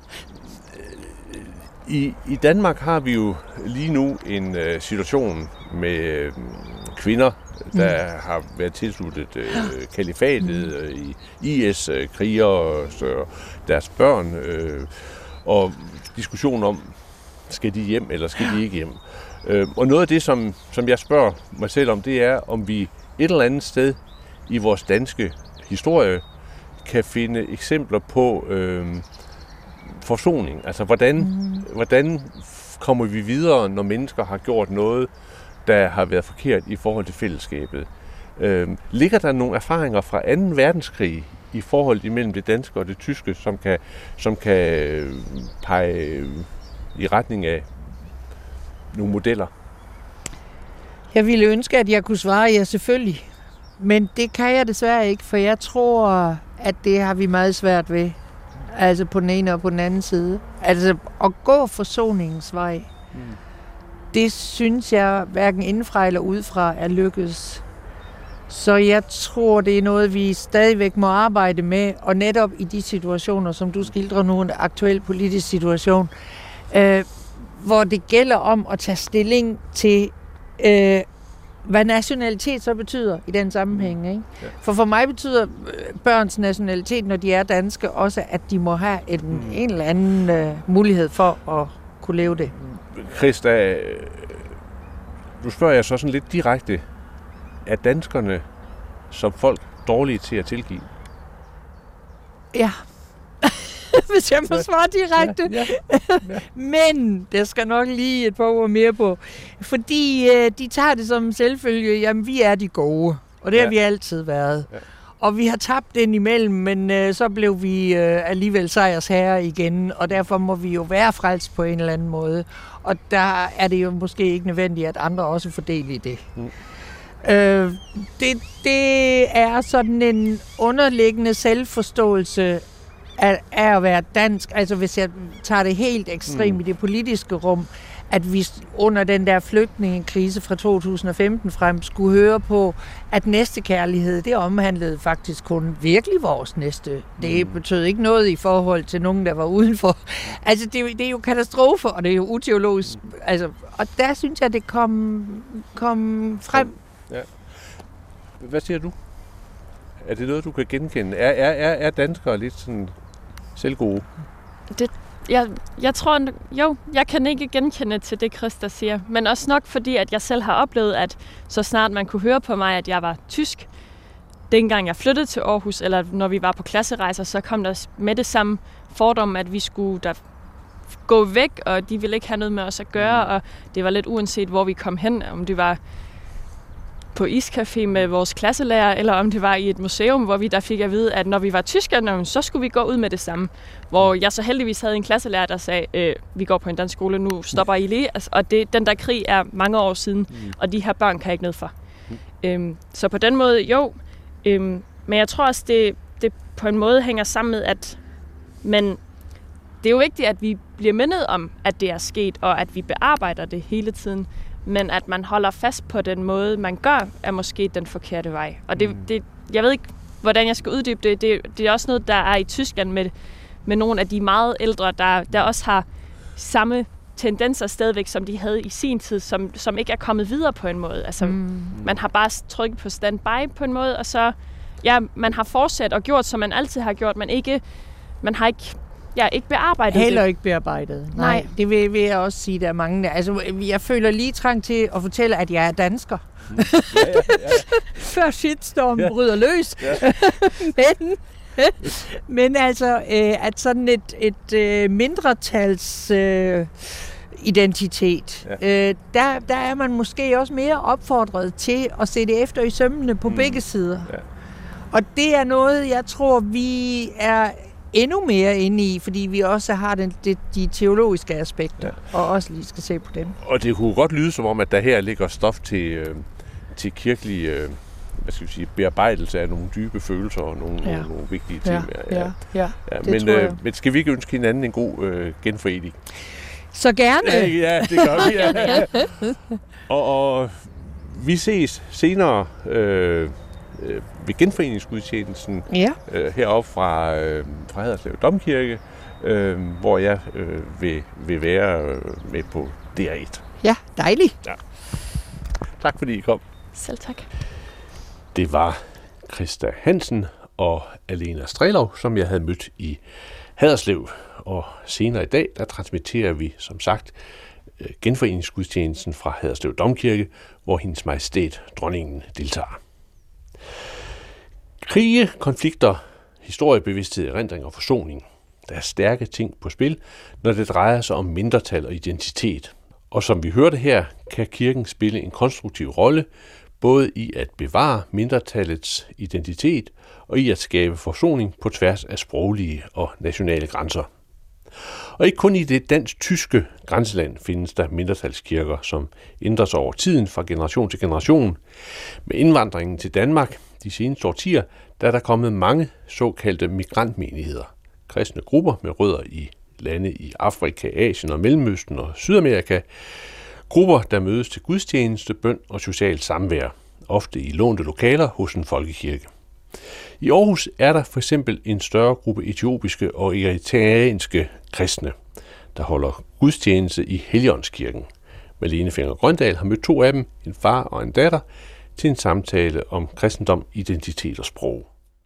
I Danmark har vi jo lige nu en situation med kvinder, der har været tilsluttet kalifatet, IS-krigere og deres børn, og diskussion om, skal de hjem eller skal de ikke hjem. Og noget af det, som jeg spørger mig selv om, det er, om vi et eller andet sted i vores danske historie kan finde eksempler på forsoning. Altså, hvordan kommer vi videre, når mennesker har gjort noget, der har været forkert i forhold til fællesskabet? Ligger der nogle erfaringer fra 2. verdenskrig i forhold imellem det danske og det tyske, som kan pege i retning af nogle modeller? Jeg ville ønske, at jeg kunne svare ja, selvfølgelig. Men det kan jeg desværre ikke, for jeg tror, at det har vi meget svært ved. Altså på den ene og på den anden side. Altså at gå forsoningens vej, det synes jeg hverken indfra eller udefra er lykkedes. Så jeg tror, det er noget, vi stadigvæk må arbejde med, og netop i de situationer, som du skildrer nu, en aktuel politisk situation, hvor det gælder om at tage stilling til, hvad nationalitet så betyder i den sammenhæng. Ikke? Ja. For mig betyder børns nationalitet, når de er danske, også at de må have en eller anden mulighed for at kunne leve det. Christa, du spørger jeg så sådan lidt direkte, er danskerne som folk dårlige til at tilgive? Ja. Hvis jeg må svare direkte. Ja. Men der skal nok lige et par ord mere på. Fordi de tager det som selvfølge, jamen vi er de gode. Og det har vi altid været. Ja. Og vi har tabt den imellem, men så blev vi alligevel sejrsherre igen. Og derfor må vi jo være frelst på en eller anden måde. Og der er det jo måske ikke nødvendigt, at andre også får del i det. Det er sådan en underliggende selvforståelse af at være dansk. Altså hvis jeg tager det helt ekstremt i det politiske rum, at vi under den der flygtningekrise fra 2015 frem skulle høre på, at næstekærlighed, det omhandlede faktisk kun virkelig vores næste. Det betød ikke noget i forhold til nogen, der var udenfor. Altså det er jo katastrofe, og det er jo uteologisk. Altså, og der synes jeg, det kom frem. Ja. Hvad siger du? Er det noget, du kan genkende? Er danskere lidt sådan selvgode? Jeg tror, jo, jeg kan ikke genkende til det, Christa siger. Men også nok fordi, at jeg selv har oplevet, at så snart man kunne høre på mig, at jeg var tysk, dengang jeg flyttede til Aarhus, eller når vi var på klasserejser, så kom der med det samme fordom, at vi skulle der gå væk, og de ville ikke have noget med os at gøre, og det var lidt uanset, hvor vi kom hen, om det var på iscafé med vores klasselærer, eller om det var i et museum, hvor vi der fik at vide, at når vi var tyskere, så skulle vi gå ud med det samme. Hvor jeg så heldigvis havde en klasselærer, der sagde, vi går på en dansk skole, nu stopper I lige. Altså, og den der krig er mange år siden, og de her børn kan ikke noget for. Så på den måde, jo. Men jeg tror også, det på en måde hænger sammen med, at men det er jo vigtigt, at vi bliver mindet om, at det er sket, og at vi bearbejder det hele tiden. Men at man holder fast på den måde, man gør, er måske den forkerte vej. Og det jeg ved ikke, hvordan jeg skal uddybe det. Det er også noget, der er i Tyskland med nogle af de meget ældre, der også har samme tendenser stadigvæk, som de havde i sin tid, som ikke er kommet videre på en måde. Altså, man har bare trykket på standby på en måde, og så, ja, man har fortsat og gjort, som man altid har gjort, men man har ikke bearbejdet Heller ikke bearbejdet. Nej. Det vil jeg også sige, der er mange. Altså, jeg føler lige trang til at fortælle, at jeg er dansker. Ja. Før shitstorm bryder løs. Ja. men altså, at sådan et mindretals identitet, der er man måske også mere opfordret til at se det efter i sømmene på begge sider. Ja. Og det er noget, jeg tror, vi er endnu mere inde i, fordi vi også har de teologiske aspekter, og også lige skal se på dem. Og det kunne godt lyde som om, at der her ligger stof til kirkelig bearbejdelse af nogle dybe følelser og nogle vigtige temaer. Ja, men skal vi ikke ønske hinanden en god genforening? Så gerne! Ja, det gør vi. Ja. Og vi ses senere ved genforeningsgudstjenesten heroppe fra Haderslev Domkirke, hvor jeg vil være med på DR1. Ja, dejligt. Ja. Tak fordi I kom. Selv tak. Det var Christa Hansen og Alena Strelov, som jeg havde mødt i Haderslev. Og senere i dag, der transmitterer vi, som sagt, genforeningsgudstjenesten fra Haderslev Domkirke, hvor hendes majestæt, dronningen, deltager. Krige, konflikter, historiebevidsthed, erindring og forsoning. Der er stærke ting på spil, når det drejer sig om mindretal og identitet. Og som vi hørte her, kan kirken spille en konstruktiv rolle, både i at bevare mindretallets identitet og i at skabe forsoning på tværs af sproglige og nationale grænser. Og ikke kun i det dansk-tyske grænseland findes der mindretalskirker, som ændrer sig over tiden fra generation til generation. Med indvandringen til Danmark de seneste årtier, der er der kommet mange såkaldte migrantmenigheder. Kristne grupper med rødder i lande i Afrika, Asien og Mellemøsten og Sydamerika. Grupper, der mødes til gudstjeneste, bøn og socialt samvær, ofte i lånte lokaler hos en folkekirke. I Aarhus er der for eksempel en større gruppe etiopiske og eritreanske kristne, der holder gudstjeneste i Helligåndskirken. Malene Fenger Grøndal har mødt 2 af dem, en far og en datter, til en samtale om kristendom, identitet og sprog.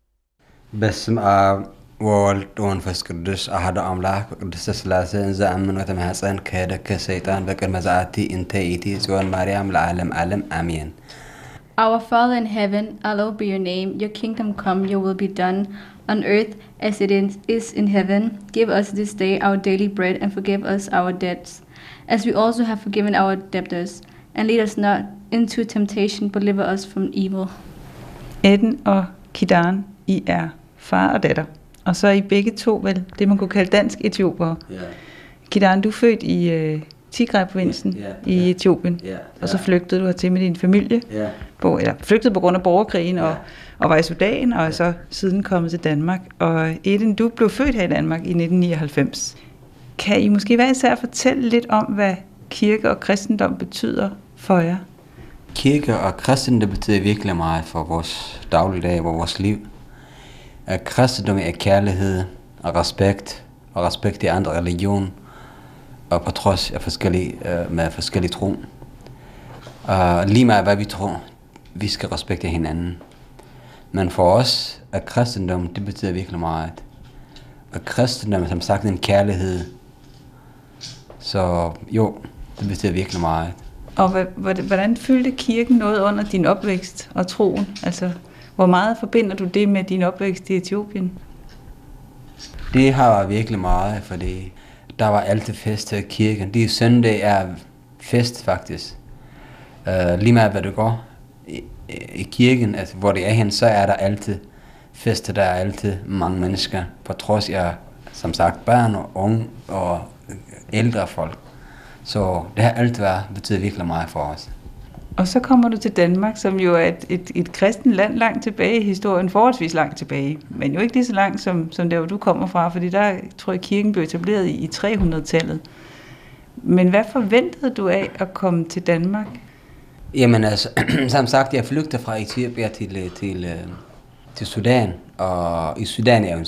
በስመ አብ ወወልድ ወመንፈስ ቅዱስ አሐዱ አምላክ ቅድስተ ሥላሴ ዘአምን ወተማኅፀን ከሄደከ ሰይጣን በቅድመ ዘአቲ እንተ ኢቲ ጽዮን ማርያም ለዓለም ዓለም አሜን። Our Father in heaven, hallowed be your name. Your kingdom come, your will be done on earth as it is in heaven. Give us this day our daily bread and forgive us our debts, as we also have forgiven our debtors. And lead us not into temptation, but deliver us from evil. Eden og Kidan, I er far og datter. Og så er I begge to vel det, man kunne kalde dansk etiopere. Ja. Kidan, du er født i Tigray-provinsen i Etiopien, og så flygtede du hertil med din familie, eller flygtede på grund af borgerkrigen og var i Sudan, og er så siden kommet til Danmark. Og Eden, du blev født her i Danmark i 1999. Kan I måske hver især fortælle lidt om, hvad kirke og kristendom betyder for jer? Kirke og kristendom betyder virkelig meget for vores dagligdag og vores liv. Kristendom er kærlighed og respekt til andre religioner, og på trods af forskellige tro. Lige meget hvad vi tror, vi skal respektere hinanden. Men for os er kristendom, det betyder virkelig meget. Og kristendom er som sagt en kærlighed. Så jo, det betyder virkelig meget. Og hvordan fyldte kirken noget under din opvækst og troen? Altså, hvor meget forbinder du det med din opvækst i Etiopien? Det har virkelig meget, fordi der var altid fest i kirken. Det søndag er fest faktisk. Lige meget hvad du går i kirken, altså, hvor det er hen, så er der altid fester, der er altid mange mennesker. På trods af, som sagt, børn og unge og ældre folk. Så det har altid betydet virkelig meget for os. Og så kommer du til Danmark, som jo er et kristent land langt tilbage i historien, forholdsvis langt tilbage, men jo ikke lige så langt som der, hvor du kommer fra, fordi der tror jeg, kirken blev etableret i 300-tallet. Men hvad forventede du af at komme til Danmark? Jamen altså, som sagt, jeg flygtede fra Etiopien til Sudan, og i Sudan er jo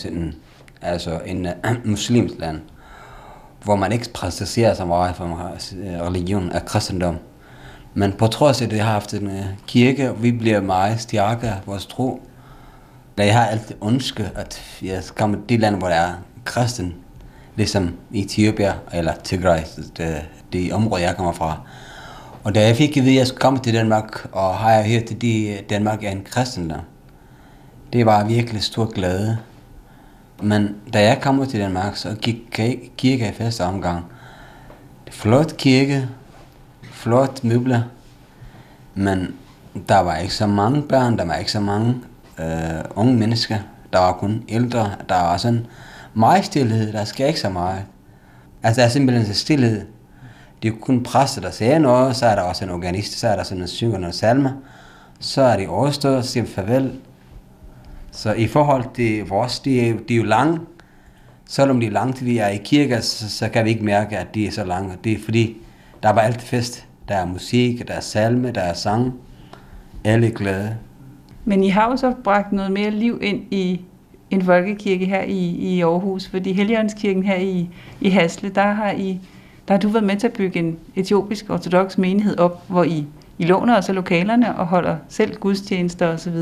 en muslimsk land, hvor man ikke praktiserer så meget for religion af kristendom. Men på trods af det, jeg har haft en kirke, og vi bliver meget stærkere af vores tro. Jeg har altid ønsket, at jeg skal komme til det land, hvor der er kristen, ligesom Etiopien eller Tigray, det område, jeg kommer fra. Og da jeg fik at vide, at jeg skulle komme til Danmark, og har jeg hørt, at Danmark er en kristen land, det var virkelig stor glæde. Men da jeg kom til Danmark, så gik kirke i første omgang. Flot kirke, flot møbler, men der var ikke så mange børn, der var ikke så mange unge mennesker, der var kun ældre, der var sådan meget stillhed, der sker ikke så meget. Altså der er simpelthen stillhed. Det er kun præster, der siger noget, så er der også en organist, så er der sådan en synger noget salmer, så er det overstået, så siger vi farvel. Så i forhold til vores, de er jo lange, selvom de er lange til vi er i kirke, så kan vi ikke mærke, at de er så lange. Det er fordi, der var altid fest. Der er musik, der er salme, der er sang. Alle glade. Men I har jo så bragt noget mere liv ind i en folkekirke her i Aarhus, fordi Helligåndskirken her i Hasle, der har du været med til at bygge en etiopisk ortodox menighed op, hvor I låner også lokalerne og holder selv gudstjenester osv.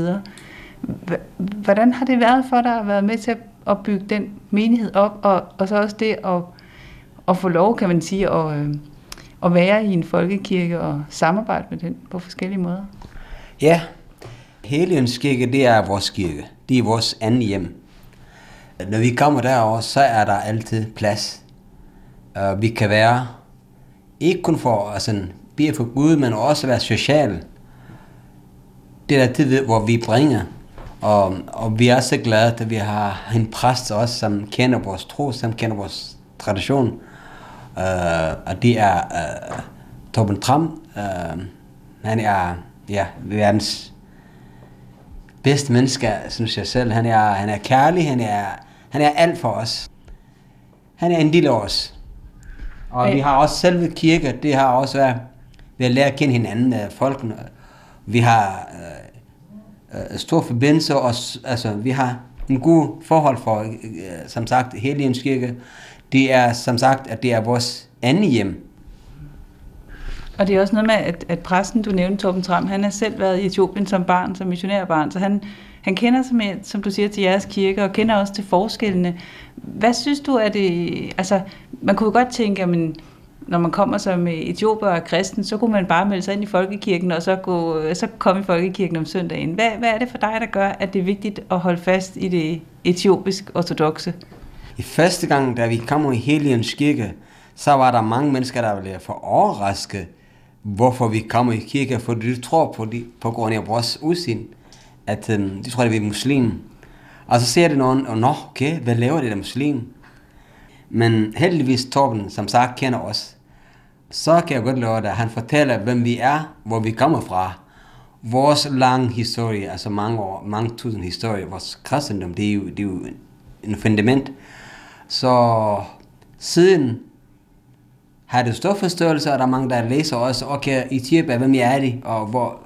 Hvordan har det været for dig at være med til at bygge den menighed op, og så også det at få lov, kan man sige, at være i en folkekirke og samarbejde med den på forskellige måder? Ja, Helligåndskirke, det er vores kirke. Det er vores andet hjem. Når vi kommer derover, så er der altid plads. Vi kan være, ikke kun for at bede for Gud, men også være social. Det er det, hvor vi bringer. Og vi er så glade, at vi har en præst også, som kender vores tro, som kender vores tradition. Og det er Torben Tram. Han er verdens bedste menneske, synes jeg selv. Han er kærlig, han er alt for os. Han er en del af os. Og vi har også selve kirke, det har også været ved at lære at kende hinanden, folkene. Vi har stor forbindelse, og altså, vi har en god forhold for, som sagt, Helligens Kirke. Det er som sagt, at det er vores andet hjem. Og det er også noget med, at præsten, du nævnte, Torben Tram, han har selv været i Etiopien som barn, som missionærbarn, så han kender sig med, som du siger, til jeres kirke, og kender også til forskellene. Hvad synes du, at det... Altså, man kunne godt tænke, at når man kommer som etiopier og kristen, så kunne man bare melde sig ind i folkekirken, og så komme i folkekirken om søndagen. Hvad er det for dig, der gør, at det er vigtigt at holde fast i det etiopisk ortodokse? I første gang, da vi kom i Helligens Kirke, så var der mange mennesker, der blev for overrasket, hvorfor vi kommer i kirke, for de tror på grund af vores udsyn, at de tror, at vi er muslim. Og så ser det nogen, og okay, hvad laver det der muslim? Men heldigvis Torben, som sagt, kender os. Så kan jeg godt love dig, at han fortæller, hvem vi er, hvor vi kommer fra. Vores lange historie, altså mange år, mange tusind historier, vores kristendom, det er jo en fundament. Så siden har det stor forståelse, og der er mange, der læser også, okay, Etiopien, hvem er de, og hvor...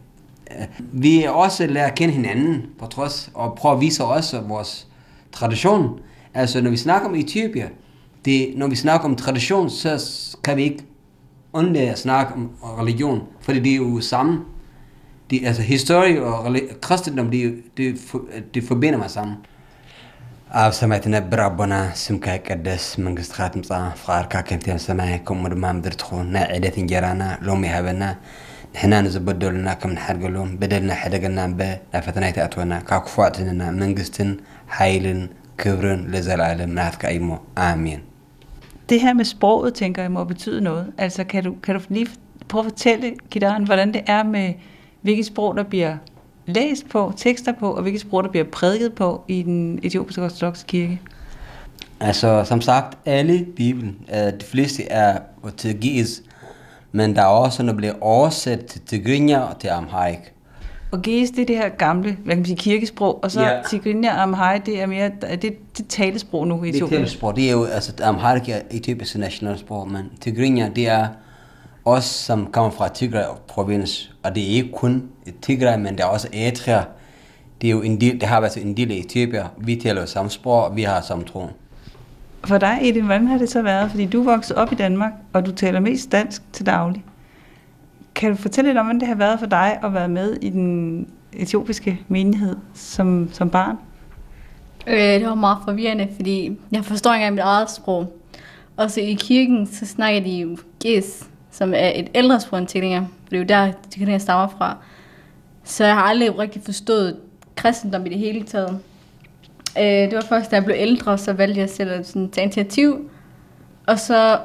Vi også lærer at kende hinanden på trods, og prøver at vise også vores tradition. Altså, når vi snakker om Etiopien, når vi snakker om tradition, så kan vi ikke undlade at snakke om religion, fordi det er jo samme. Altså, historie og kristendom, det forbinder mig sammen. ኣብ ሰማይ ትነብር ኣቦና ስምካ ይቀደስ መንግስትኻ ትምፃእ ፍቓድካ ከምቲ ኣብ ሰማይ ከምኡ ድማ ምድሪ ትኹን ናይ ዕለት እንጀራና ሎሚ ሃበና ንሕና ንዝበደሉና ከም ንሓድገሎም በደልና ሕደገና እምበር ናብ ፈተና ይተኣትወና ካብ ክፉእ ኣድሕነና መንግስትን ሓይልን ክብርን ለዘለዓለም ናትካ እዩ እሞ amen. Det her med sproget, tænker jeg, må betyde noget. Altså, kan du lige prøve at fortælle, Gidaren, hvordan det er med, hvilket sprog, der bliver læst på, tekster på, og hvilket sprog, der bliver prædiket på i den etiopiske ortodokse kirke? Altså, som sagt, alle Bibelen, de fleste er portugis, men der er også, når det bliver oversat til Tigrinya og til Amharic. Og Ge'ez, det er det her gamle, hvad kan man sige, kirkesprog, og så Tigrinya og Amharic, det er mere, det talesprog nu i Etiopien. Det er talesprog, det er jo, altså Amharic er Etiopiens nationalsprog, men Tigrinya, det er os, som kommer fra Tigray-provins, og det er ikke kun Tigray, men det er også Eritrea. Det er jo en del, det har været en del af Etiopien. Vi taler jo samme sprog, og vi har samme tro. For dig, Edin, hvordan har det så været? Fordi du er vokset op i Danmark, og du taler mest dansk til daglig. Kan du fortælle lidt om, hvordan det har været for dig at være med i den etiopiske menighed som barn? Det var meget forvirrende, fordi jeg forstår ikke engang mit eget sprog. Og så i kirken, så snakker de jo Ge'ez, som er et ældre sprog end Tigrinya, for det er jo der, Tigrinya stammer fra. Så jeg har aldrig rigtig forstået kristendom i det hele taget. Det var først, da jeg blev ældre, så valgte jeg selv at tage initiativ. Og så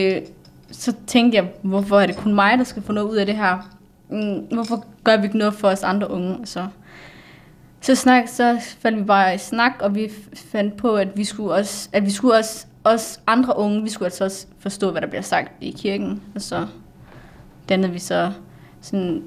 tænkte jeg, hvorfor er det kun mig, der skal få noget ud af det her? Hvorfor gør vi ikke noget for os andre unge? Så fandt vi bare i snak, og vi fandt på, at vi skulle også andre unge, vi skulle altså også forstå, hvad der bliver sagt i kirken. Og så dannede vi så sådan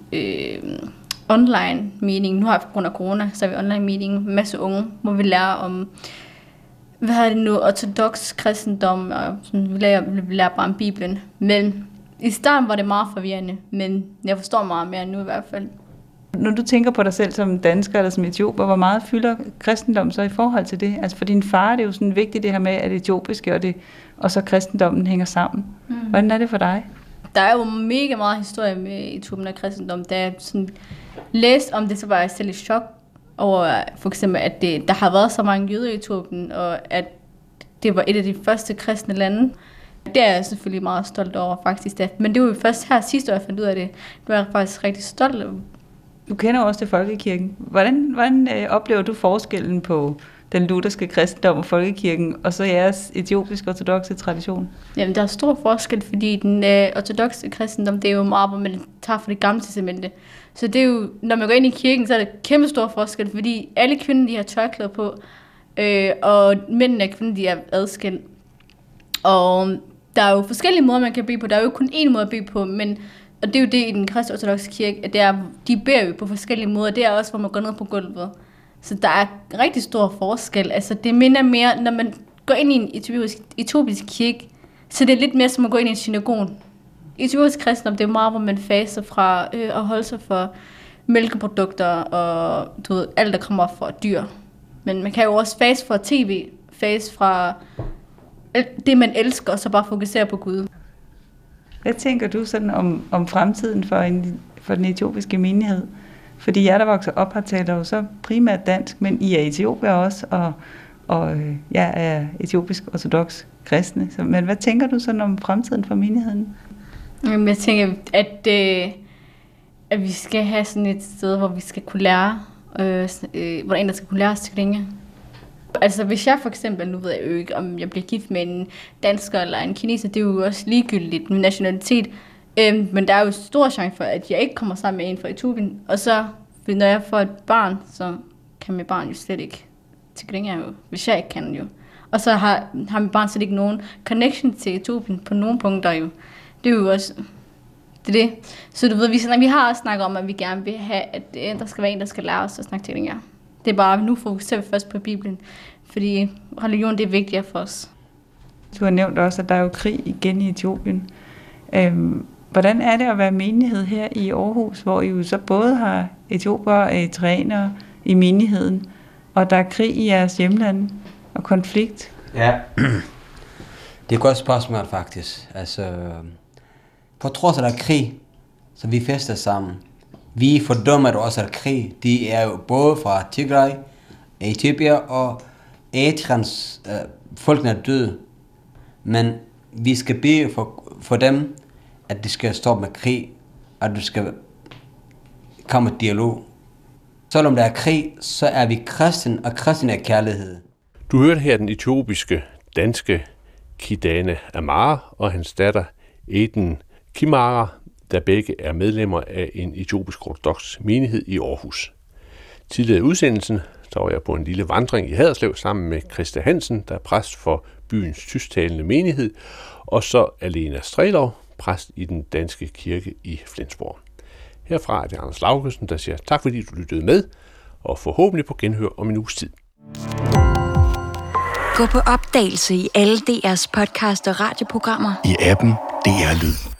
online meeting. Nu har vi på grund af corona, så har vi online meeting med en masse unge, hvor vi lærer om, hvad er det nu, ortodox kristendom, og sådan, vi lærer bare om Bibelen. Men i starten var det meget forvirrende, men jeg forstår meget mere nu i hvert fald. Når du tænker på dig selv som dansker eller som etioper, hvor meget fylder kristendom så i forhold til det? Altså for din far er det jo sådan vigtigt det her med, at det etiopiske og så kristendommen hænger sammen. Hvordan er det for dig? Der er jo mega meget historie med Etiopien og kristendom. Da jeg sådan læste om det, så var jeg selv i chok over for eksempel, at der har været så mange jøder i Etiopien, og at det var et af de første kristne lande. Det er jeg selvfølgelig meget stolt over faktisk. Men det var jo først her sidste år, jeg fandt ud af det. Det var jeg faktisk rigtig stolt over. Du kender også til folkekirken. Hvordan oplever du forskellen på den lutherske kristendom og folkekirken, og så jeres etiopiske ortodokse tradition? Jamen, der er stor forskel, fordi den ortodokse kristendom, det er jo meget, hvor man tager fra det gamle testamente. Så det er jo, når man går ind i kirken, så er det kæmpe stor forskel, fordi alle kvinder, de har tørklæder på, og mændene og kvinder, de er adskilt. Og der er jo forskellige måder, man kan bede på. Der er jo kun én måde at bede på, og det er jo det i den kristne ortodoxe kirke, at de beder jo på forskellige måder. Det er også, hvor man går ned på gulvet. Så der er rigtig stor forskel. Altså det minder mere, når man går ind i en etiopisk kirke, så det er lidt mere som at gå ind i en synagoge. Etiopisk kristendom, det er meget, hvor man faser fra at holde sig for mælkeprodukter og du ved, alt, der kommer fra dyr. Men man kan jo også fase fra tv, fase fra det, man elsker, og så bare fokusere på Gud. Hvad tænker du sådan om fremtiden for den etiopiske menighed? Fordi jer, der vokser op, har taler jo så primært dansk, men I er etiopier også, og jeg er etiopisk ortodox kristne. Men hvad tænker du sådan om fremtiden for menigheden? Jeg tænker, at vi skal have sådan et sted, hvor vi skal kunne lære, hvor der skal kunne lære os til længe. Altså hvis jeg for eksempel, nu ved jeg jo ikke, om jeg bliver gift med en dansker eller en kineser, det er jo også ligegyldigt med nationalitet. Men der er jo stor chance for, at jeg ikke kommer sammen med en fra Etiopien. Og så, når jeg får et barn, så kan mit barn jo slet ikke til længe jo, hvis jeg ikke kan jo. Og så har mit barn slet ikke nogen connection til Etiopien på nogle punkter jo. Det er jo også det. Så du ved, vi har også snakket om, at vi gerne vil have, at der skal være en, der skal lære os at snakke til længe. Det er bare, nu fokuserer vi først på Bibelen, fordi religion, det er vigtigere for os. Du har nævnt også, at der er jo krig igen i Etiopien. Hvordan er det at være menighed her i Aarhus, hvor I jo så både har etiopiere og eritreanere i menigheden, og der er krig i jeres hjemland og konflikt? Ja, det er et godt spørgsmål faktisk. Altså, på trods af der er krig, så vi fester sammen. Vi fordømmer at også er krig. De er jo både fra Tigray, Etiopien og Eritreans folkene er døde. Men vi skal bede for dem, at de skal stoppe med krig, at du skal komme med dialog. Selvom der er krig, så er vi kristen, og kristen er kærlighed. Du hørte her den etiopiske danske Kidane Amara og hans datter Eden Kimara, der begge er medlemmer af en etiopisk ortodox menighed i Aarhus. Tidligere i udsendelsen så var jeg på en lille vandring i Haderslev sammen med Christa Hansen, der er præst for byens tysktalende menighed, og så Alena Strelov, præst i den danske kirke i Flensborg. Herfra er det Anders Laugesen, der siger tak, fordi du lyttede med, og forhåbentlig på genhør om en uges tid. Gå på opdagelse i alle DR's podcast og radioprogrammer. I appen DR Lyd.